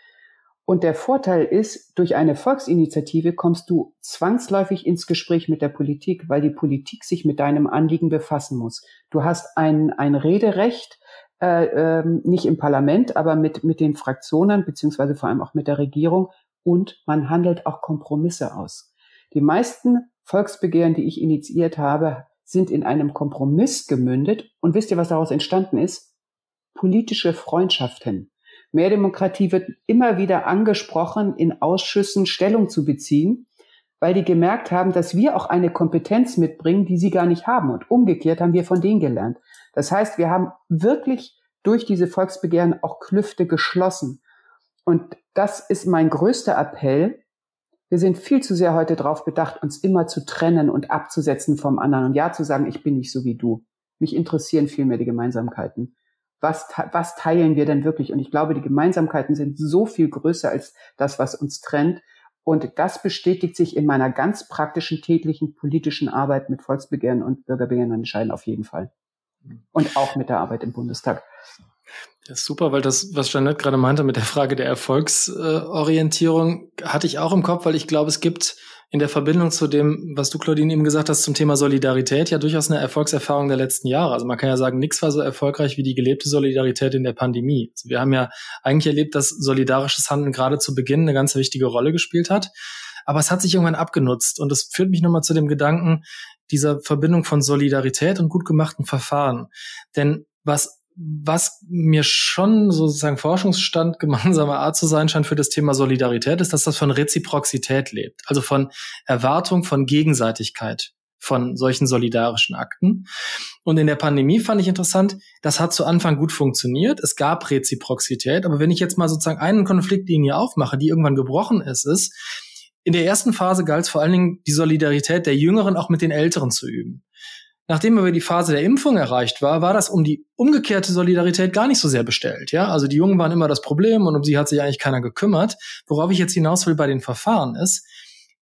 Und der Vorteil ist, durch eine Volksinitiative kommst du zwangsläufig ins Gespräch mit der Politik, weil die Politik sich mit deinem Anliegen befassen muss. Du hast ein, ein Rederecht, äh, äh, nicht im Parlament, aber mit, mit den Fraktionen, beziehungsweise vor allem auch mit der Regierung. Und man handelt auch Kompromisse aus. Die meisten Volksbegehren, die ich initiiert habe, sind in einem Kompromiss gemündet. Und wisst ihr, was daraus entstanden ist? Politische Freundschaften. Mehr Demokratie wird immer wieder angesprochen, in Ausschüssen Stellung zu beziehen, weil die gemerkt haben, dass wir auch eine Kompetenz mitbringen, die sie gar nicht haben. Und umgekehrt haben wir von denen gelernt. Das heißt, wir haben wirklich durch diese Volksbegehren auch Klüfte geschlossen. Und das ist mein größter Appell. Wir sind viel zu sehr heute darauf bedacht, uns immer zu trennen und abzusetzen vom anderen und ja zu sagen, ich bin nicht so wie du. Mich interessieren vielmehr die Gemeinsamkeiten. Was, was teilen wir denn wirklich? Und ich glaube, die Gemeinsamkeiten sind so viel größer als das, was uns trennt. Und das bestätigt sich in meiner ganz praktischen, täglichen politischen Arbeit mit Volksbegehren und Bürgerbegehren und Entscheiden auf jeden Fall. Und auch mit der Arbeit im Bundestag. Das ist super, weil das, was Jeanette gerade meinte mit der Frage der Erfolgsorientierung, äh, hatte ich auch im Kopf, weil ich glaube, es gibt in der Verbindung zu dem, was du, Claudine, eben gesagt hast, zum Thema Solidarität, ja durchaus eine Erfolgserfahrung der letzten Jahre. Also man kann ja sagen, nichts war so erfolgreich wie die gelebte Solidarität in der Pandemie. Also wir haben ja eigentlich erlebt, dass solidarisches Handeln gerade zu Beginn eine ganz wichtige Rolle gespielt hat. Aber es hat sich irgendwann abgenutzt. Und das führt mich nochmal zu dem Gedanken dieser Verbindung von Solidarität und gut gemachten Verfahren. Denn was Was mir schon sozusagen Forschungsstand gemeinsamer Art zu sein scheint für das Thema Solidarität, ist, dass das von Reziprozität lebt. Also von Erwartung, von Gegenseitigkeit von solchen solidarischen Akten. Und in der Pandemie fand ich interessant, das hat zu Anfang gut funktioniert. Es gab Reziprozität. Aber wenn ich jetzt mal sozusagen einen Konfliktlinie aufmache, die irgendwann gebrochen ist, ist, in der ersten Phase galt es vor allen Dingen, die Solidarität der Jüngeren auch mit den Älteren zu üben. Nachdem aber die Phase der Impfung erreicht war, war das um die umgekehrte Solidarität gar nicht so sehr bestellt. Ja, also die Jungen waren immer das Problem und um sie hat sich eigentlich keiner gekümmert. Worauf ich jetzt hinaus will bei den Verfahren ist,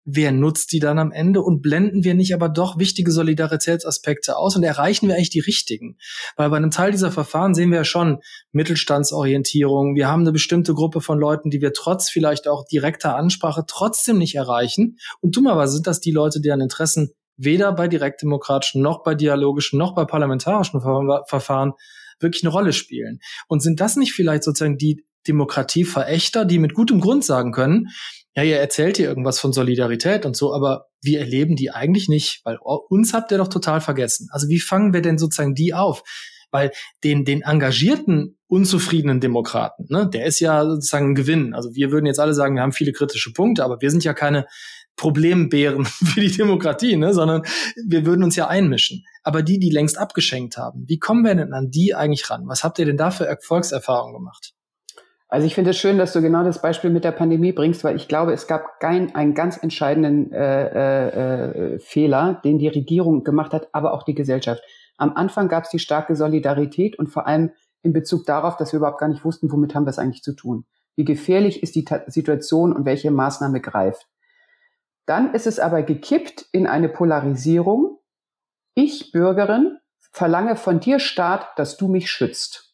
wer nutzt die dann am Ende und blenden wir nicht aber doch wichtige Solidaritätsaspekte aus und erreichen wir eigentlich die richtigen? Weil bei einem Teil dieser Verfahren sehen wir ja schon Mittelstandsorientierung. Wir haben eine bestimmte Gruppe von Leuten, die wir trotz vielleicht auch direkter Ansprache trotzdem nicht erreichen. Und dummerweise sind das die Leute, deren Interessen weder bei direktdemokratischen noch bei dialogischen noch bei parlamentarischen Verfahren wirklich eine Rolle spielen. Und sind das nicht vielleicht sozusagen die Demokratieverächter, die mit gutem Grund sagen können, ja, ihr erzählt hier irgendwas von Solidarität und so, aber wir erleben die eigentlich nicht, weil uns habt ihr doch total vergessen. Also wie fangen wir denn sozusagen die auf? Weil den, den engagierten, unzufriedenen Demokraten, ne, der ist ja sozusagen ein Gewinn. Also wir würden jetzt alle sagen, wir haben viele kritische Punkte, aber wir sind ja keine Problembären für die Demokratie, ne, sondern wir würden uns ja einmischen. Aber die, die längst abgeschenkt haben, wie kommen wir denn an die eigentlich ran? Was habt ihr denn da für Erfolgserfahrungen gemacht? Also ich finde es schön, dass du genau das Beispiel mit der Pandemie bringst, weil ich glaube, es gab kein, einen ganz entscheidenden äh, äh, Fehler, den die Regierung gemacht hat, aber auch die Gesellschaft. Am Anfang gab es die starke Solidarität und vor allem in Bezug darauf, dass wir überhaupt gar nicht wussten, womit haben wir es eigentlich zu tun. Wie gefährlich ist die Ta- Situation und welche Maßnahme greift. Dann ist es aber gekippt in eine Polarisierung. Ich, Bürgerin, verlange von dir, Staat, dass du mich schützt.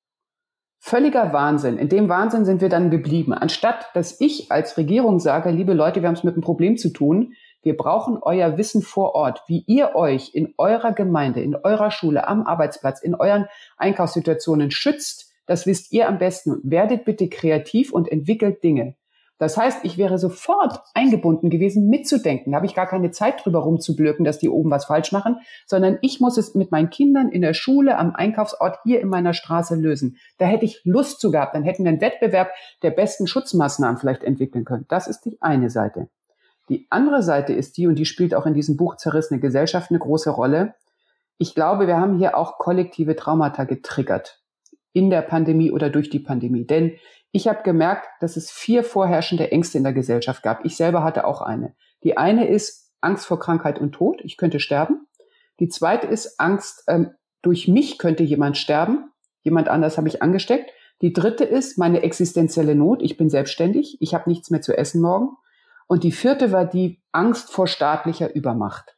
Völliger Wahnsinn. In dem Wahnsinn sind wir dann geblieben. Anstatt, dass ich als Regierung sage, liebe Leute, wir haben es mit einem Problem zu tun, wir brauchen euer Wissen vor Ort, wie ihr euch in eurer Gemeinde, in eurer Schule, am Arbeitsplatz, in euren Einkaufssituationen schützt, das wisst ihr am besten. Werdet bitte kreativ und entwickelt Dinge. Das heißt, ich wäre sofort eingebunden gewesen, mitzudenken. Da habe ich gar keine Zeit drüber rumzublöken, dass die oben was falsch machen, sondern ich muss es mit meinen Kindern in der Schule, am Einkaufsort, hier in meiner Straße lösen. Da hätte ich Lust zu gehabt. Dann hätten wir einen Wettbewerb der besten Schutzmaßnahmen vielleicht entwickeln können. Das ist die eine Seite. Die andere Seite ist die, und die spielt auch in diesem Buch Zerrissene Gesellschaft eine große Rolle. Ich glaube, wir haben hier auch kollektive Traumata getriggert in der Pandemie oder durch die Pandemie. Denn ich habe gemerkt, dass es vier vorherrschende Ängste in der Gesellschaft gab. Ich selber hatte auch eine. Die eine ist Angst vor Krankheit und Tod. Ich könnte sterben. Die zweite ist Angst, ähm, durch mich könnte jemand sterben. Jemand anders habe ich angesteckt. Die dritte ist meine existenzielle Not. Ich bin selbstständig. Ich habe nichts mehr zu essen morgen. Und die vierte war die Angst vor staatlicher Übermacht.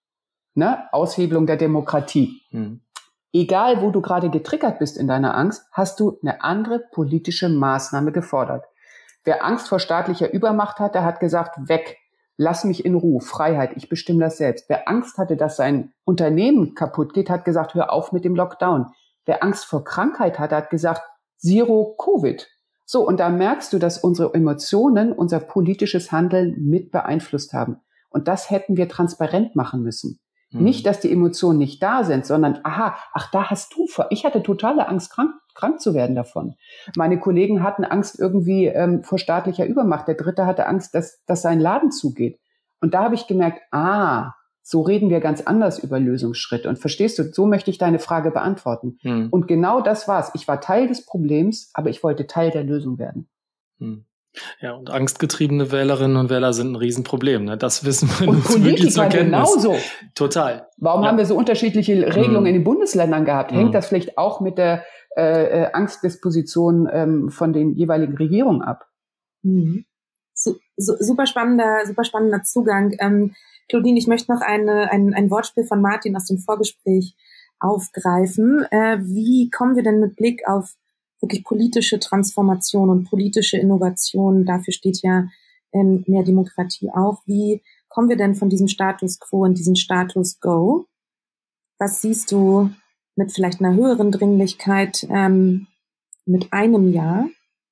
Ne? Aushebelung der Demokratie. Hm. Egal, wo du gerade getriggert bist in deiner Angst, hast du eine andere politische Maßnahme gefordert. Wer Angst vor staatlicher Übermacht hatte, hat gesagt, weg, lass mich in Ruhe, Freiheit, ich bestimme das selbst. Wer Angst hatte, dass sein Unternehmen kaputt geht, hat gesagt, hör auf mit dem Lockdown. Wer Angst vor Krankheit hatte, hat gesagt, Zero Covid. So, und da merkst du, dass unsere Emotionen unser politisches Handeln mit beeinflusst haben. Und das hätten wir transparent machen müssen. Mhm. Nicht, dass die Emotionen nicht da sind, sondern, aha, ach, da hast du vor. Ich hatte totale Angst, krank, krank zu werden davon. Meine Kollegen hatten Angst irgendwie ähm, vor staatlicher Übermacht. Der Dritte hatte Angst, dass, dass sein Laden zugeht. Und da habe ich gemerkt, ah, so reden wir ganz anders über Lösungsschritte. Und verstehst du, so möchte ich deine Frage beantworten. Mhm. Und genau das war's. Ich war Teil des Problems, aber ich wollte Teil der Lösung werden. Mhm. Ja, und angstgetriebene Wählerinnen und Wähler sind ein Riesenproblem. Ne? Das wissen wir und Politiker genauso. Total. Warum ja. haben wir so unterschiedliche Regelungen mhm. in den Bundesländern gehabt? Hängt mhm. das vielleicht auch mit der äh, Angstdisposition ähm, von den jeweiligen Regierungen ab? Mhm. So, so, super spannender, super spannender Zugang. Ähm, Claudine, ich möchte noch eine, ein, ein Wortspiel von Martin aus dem Vorgespräch aufgreifen. Äh, wie kommen wir denn mit Blick auf wirklich politische Transformation und politische Innovation, dafür steht ja ähm, mehr Demokratie auch. Wie kommen wir denn von diesem Status quo in diesen Status go? Was siehst du mit vielleicht einer höheren Dringlichkeit ähm, mit einem Jahr?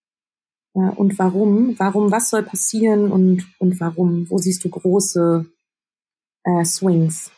Ja, und warum? Warum? Was soll passieren und, und warum? Wo siehst du große äh, Swings?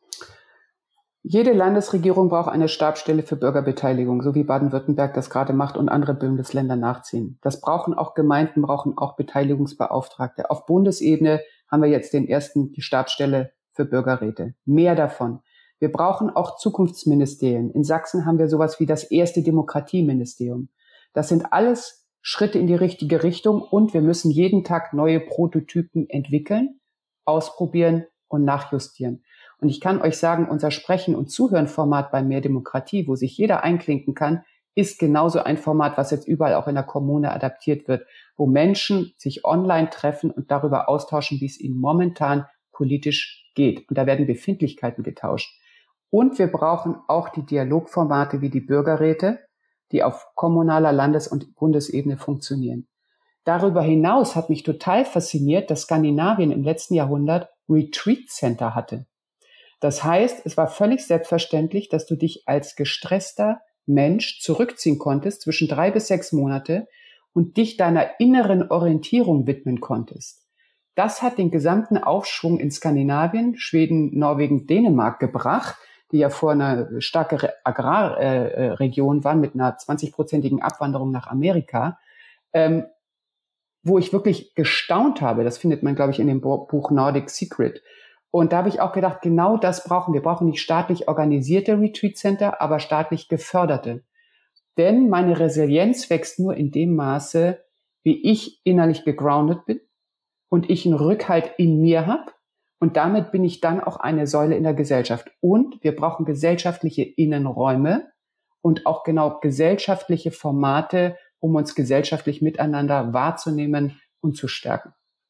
Jede Landesregierung braucht eine Stabsstelle für Bürgerbeteiligung, so wie Baden-Württemberg das gerade macht und andere Bundesländer nachziehen. Das brauchen auch Gemeinden, brauchen auch Beteiligungsbeauftragte. Auf Bundesebene haben wir jetzt den ersten, die Stabsstelle für Bürgerräte. Mehr davon. Wir brauchen auch Zukunftsministerien. In Sachsen haben wir sowas wie das erste Demokratieministerium. Das sind alles Schritte in die richtige Richtung und wir müssen jeden Tag neue Prototypen entwickeln, ausprobieren und nachjustieren. Und ich kann euch sagen, unser Sprechen- und Zuhören-Format bei Mehr Demokratie, wo sich jeder einklinken kann, ist genauso ein Format, was jetzt überall auch in der Kommune adaptiert wird, wo Menschen sich online treffen und darüber austauschen, wie es ihnen momentan politisch geht. Und da werden Befindlichkeiten getauscht. Und wir brauchen auch die Dialogformate wie die Bürgerräte, die auf kommunaler, Landes- und Bundesebene funktionieren. Darüber hinaus hat mich total fasziniert, dass Skandinavien im letzten Jahrhundert Retreat Center hatte. Das heißt, es war völlig selbstverständlich, dass du dich als gestresster Mensch zurückziehen konntest zwischen drei bis sechs Monate und dich deiner inneren Orientierung widmen konntest. Das hat den gesamten Aufschwung in Skandinavien, Schweden, Norwegen, Dänemark gebracht, die ja vor einer starke Agrarregion waren mit einer zwanzigprozentigen Abwanderung nach Amerika, ähm, wo ich wirklich gestaunt habe. Das findet man, glaube ich, in dem Buch Nordic Secret. Und da habe ich auch gedacht, genau das brauchen wir. Wir brauchen nicht staatlich organisierte Retreat Center, aber staatlich geförderte. Denn meine Resilienz wächst nur in dem Maße, wie ich innerlich gegroundet bin und ich einen Rückhalt in mir habe. Und damit bin ich dann auch eine Säule in der Gesellschaft. Und wir brauchen gesellschaftliche Innenräume und auch genau gesellschaftliche Formate, um uns gesellschaftlich miteinander wahrzunehmen und zu stärken.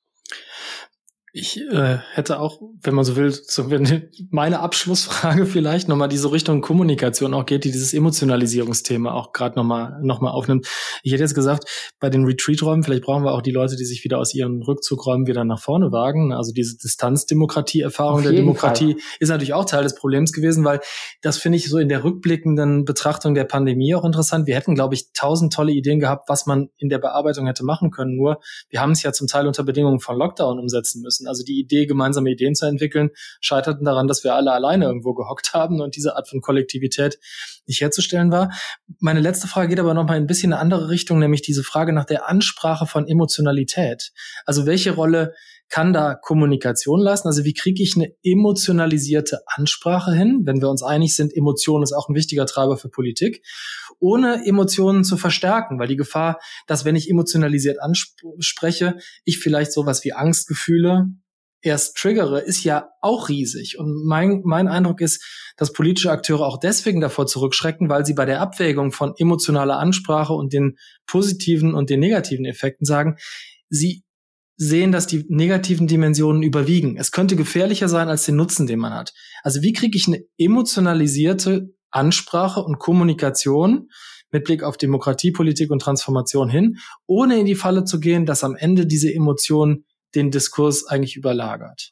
Ich äh, hätte auch, wenn man so will, so, wenn meine Abschlussfrage vielleicht nochmal diese Richtung Kommunikation auch geht, die dieses Emotionalisierungsthema auch gerade nochmal noch mal aufnimmt. Ich hätte jetzt gesagt, bei den Retreat-Räumen, vielleicht brauchen wir auch die Leute, die sich wieder aus ihren Rückzugräumen wieder nach vorne wagen. Also diese Distanzdemokratie-Erfahrung der Demokratie Fall. Ist natürlich auch Teil des Problems gewesen, weil das finde ich so in der rückblickenden Betrachtung der Pandemie auch interessant. Wir hätten, glaube ich, tausend tolle Ideen gehabt, was man in der Bearbeitung hätte machen können. Nur wir haben es ja zum Teil unter Bedingungen von Lockdown umsetzen müssen. Also die Idee, gemeinsame Ideen zu entwickeln, scheiterten daran, dass wir alle alleine irgendwo gehockt haben und diese Art von Kollektivität nicht herzustellen war. Meine letzte Frage geht aber noch mal ein bisschen in eine andere Richtung, nämlich diese Frage nach der Ansprache von Emotionalität. Also welche Rolle kann da Kommunikation leisten? Also wie kriege ich eine emotionalisierte Ansprache hin, wenn wir uns einig sind, Emotion ist auch ein wichtiger Treiber für Politik, ohne Emotionen zu verstärken, weil die Gefahr, dass wenn ich emotionalisiert anspreche, ich vielleicht sowas wie Angstgefühle erst triggere, ist ja auch riesig. Und mein, mein Eindruck ist, dass politische Akteure auch deswegen davor zurückschrecken, weil sie bei der Abwägung von emotionaler Ansprache und den positiven und den negativen Effekten sagen, sie sehen, dass die negativen Dimensionen überwiegen. Es könnte gefährlicher sein als den Nutzen, den man hat. Also wie kriege ich eine emotionalisierte Ansprache und Kommunikation mit Blick auf Demokratie, Politik und Transformation hin, ohne in die Falle zu gehen, dass am Ende diese Emotion den Diskurs eigentlich überlagert?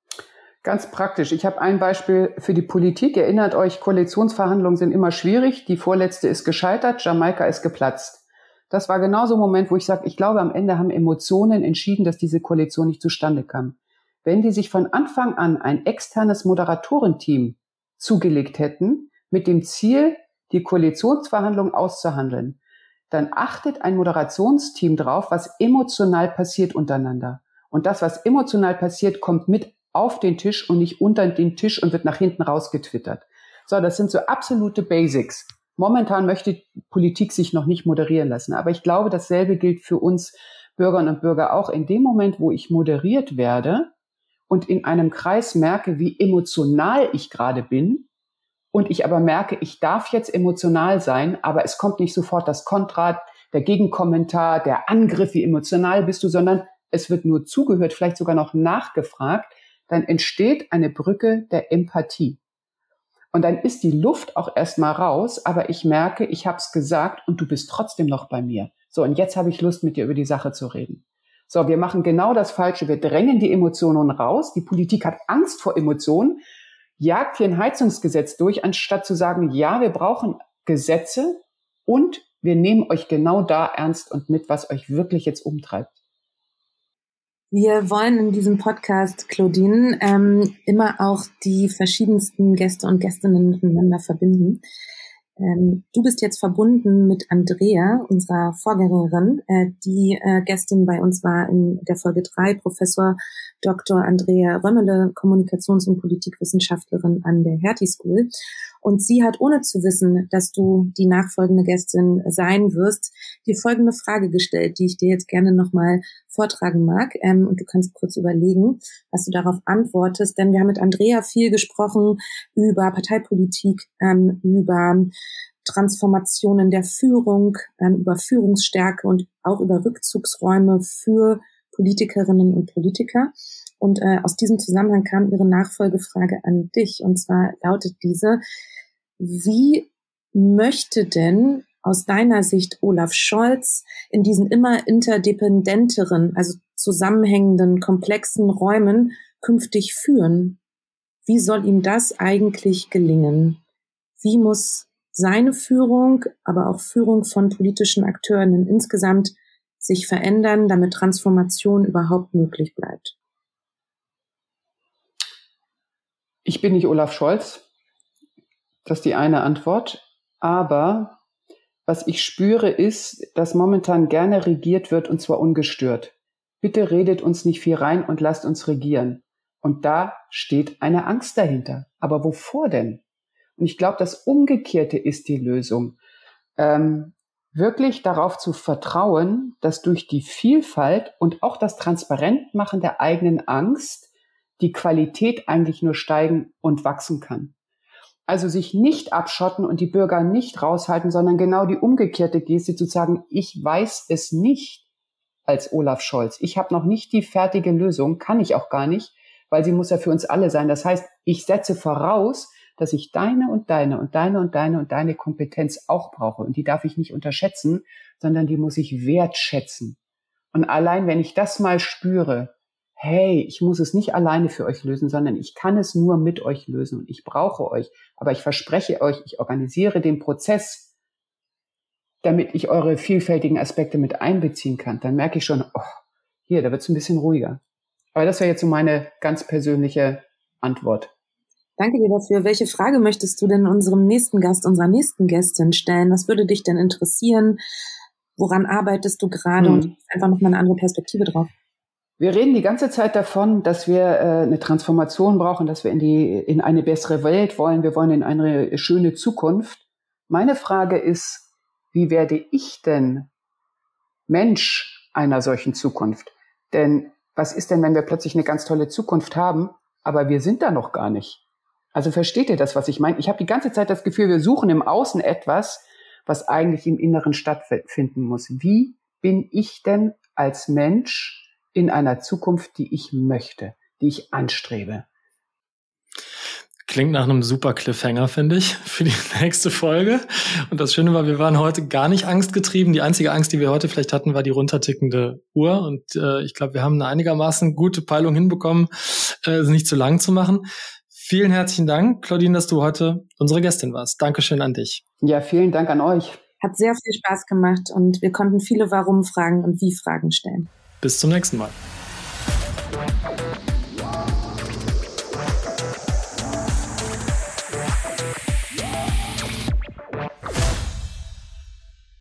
Ganz praktisch. Ich habe ein Beispiel für die Politik. Erinnert euch, Koalitionsverhandlungen sind immer schwierig. Die vorletzte ist gescheitert, Jamaika ist geplatzt. Das war genauso ein Moment, wo ich sage, ich glaube, am Ende haben Emotionen entschieden, dass diese Koalition nicht zustande kam. Wenn die sich von Anfang an ein externes Moderatorenteam zugelegt hätten, mit dem Ziel, die Koalitionsverhandlungen auszuhandeln, dann achtet ein Moderationsteam drauf, was emotional passiert untereinander. Und das, was emotional passiert, kommt mit auf den Tisch und nicht unter den Tisch und wird nach hinten rausgetwittert. So, das sind so absolute Basics. Momentan möchte Politik sich noch nicht moderieren lassen. Aber ich glaube, dasselbe gilt für uns Bürgerinnen und Bürger auch. In dem Moment, wo ich moderiert werde und in einem Kreis merke, wie emotional ich gerade bin, und ich aber merke, ich darf jetzt emotional sein, aber es kommt nicht sofort das Kontra, der Gegenkommentar, der Angriff, wie emotional bist du, sondern es wird nur zugehört, vielleicht sogar noch nachgefragt, dann entsteht eine Brücke der Empathie. Und dann ist die Luft auch erstmal raus, aber ich merke, ich habe es gesagt und du bist trotzdem noch bei mir. So, und jetzt habe ich Lust, mit dir über die Sache zu reden. So, wir machen genau das Falsche. Wir drängen die Emotionen raus. Die Politik hat Angst vor Emotionen, jagt hier ein Heizungsgesetz durch, anstatt zu sagen, ja, wir brauchen Gesetze und wir nehmen euch genau da ernst und mit, was euch wirklich jetzt umtreibt. Wir wollen in diesem Podcast, Claudine, ähm, immer auch die verschiedensten Gäste und Gästinnen miteinander verbinden. Ähm, du bist jetzt verbunden mit Andrea, unserer Vorgängerin, äh, die äh, Gästin bei uns war in der Folge drei, Professor Doktor Andrea Römmele, Kommunikations- und Politikwissenschaftlerin an der Hertie School. Und sie hat, ohne zu wissen, dass du die nachfolgende Gästin sein wirst, die folgende Frage gestellt, die ich dir jetzt gerne nochmal vortragen mag. Ähm, und du kannst kurz überlegen, was du darauf antwortest. Denn wir haben mit Andrea viel gesprochen über Parteipolitik, ähm, über Transformationen der Führung, ähm, über Führungsstärke und auch über Rückzugsräume für Politikerinnen und Politiker. Und äh, aus diesem Zusammenhang kam Ihre Nachfolgefrage an dich. Und zwar lautet diese: Wie möchte denn aus deiner Sicht Olaf Scholz in diesen immer interdependenteren, also zusammenhängenden, komplexen Räumen künftig führen? Wie soll ihm das eigentlich gelingen? Wie muss seine Führung, aber auch Führung von politischen Akteuren insgesamt sich verändern, damit Transformation überhaupt möglich bleibt? Ich bin nicht Olaf Scholz. Das ist die eine Antwort. Aber was ich spüre, ist, dass momentan gerne regiert wird, und zwar ungestört. Bitte redet uns nicht viel rein und lasst uns regieren. Und da steht eine Angst dahinter. Aber wovor denn? Und ich glaube, das Umgekehrte ist die Lösung. Ähm, wirklich darauf zu vertrauen, dass durch die Vielfalt und auch das Transparentmachen der eigenen Angst die Qualität eigentlich nur steigen und wachsen kann. Also sich nicht abschotten und die Bürger nicht raushalten, sondern genau die umgekehrte Geste zu sagen, ich weiß es nicht als Olaf Scholz. Ich habe noch nicht die fertige Lösung, kann ich auch gar nicht, weil sie muss ja für uns alle sein. Das heißt, ich setze voraus, dass ich deine und deine und deine und deine und deine Kompetenz auch brauche. Und die darf ich nicht unterschätzen, sondern die muss ich wertschätzen. Und allein, wenn ich das mal spüre, hey, ich muss es nicht alleine für euch lösen, sondern ich kann es nur mit euch lösen und ich brauche euch. Aber ich verspreche euch, ich organisiere den Prozess, damit ich eure vielfältigen Aspekte mit einbeziehen kann. Dann merke ich schon, oh, hier, da wird es ein bisschen ruhiger. Aber das wäre jetzt so meine ganz persönliche Antwort. Danke dir dafür. Welche Frage möchtest du denn unserem nächsten Gast, unserer nächsten Gästin stellen? Was würde dich denn interessieren? Woran arbeitest du gerade? Hm. Und einfach nochmal eine andere Perspektive drauf. Wir reden die ganze Zeit davon, dass wir äh, eine Transformation brauchen, dass wir in die in eine bessere Welt wollen. Wir wollen in eine schöne Zukunft. Meine Frage ist, wie werde ich denn Mensch einer solchen Zukunft? Denn was ist denn, wenn wir plötzlich eine ganz tolle Zukunft haben, aber wir sind da noch gar nicht? Also versteht ihr das, was ich meine? Ich habe die ganze Zeit das Gefühl, wir suchen im Außen etwas, was eigentlich im Inneren stattfinden muss. Wie bin ich denn als Mensch in einer Zukunft, die ich möchte, die ich anstrebe? Klingt nach einem super Cliffhanger, finde ich, für die nächste Folge. Und das Schöne war, wir waren heute gar nicht angstgetrieben. Die einzige Angst, die wir heute vielleicht hatten, war die runtertickende Uhr. Und äh, ich glaube, wir haben eine einigermaßen gute Peilung hinbekommen, äh, es nicht zu lang zu machen. Vielen herzlichen Dank, Claudine, dass du heute unsere Gästin warst. Dankeschön an dich. Ja, vielen Dank an euch. Hat sehr viel Spaß gemacht und wir konnten viele Warum-Fragen und Wie-Fragen stellen. Bis zum nächsten Mal.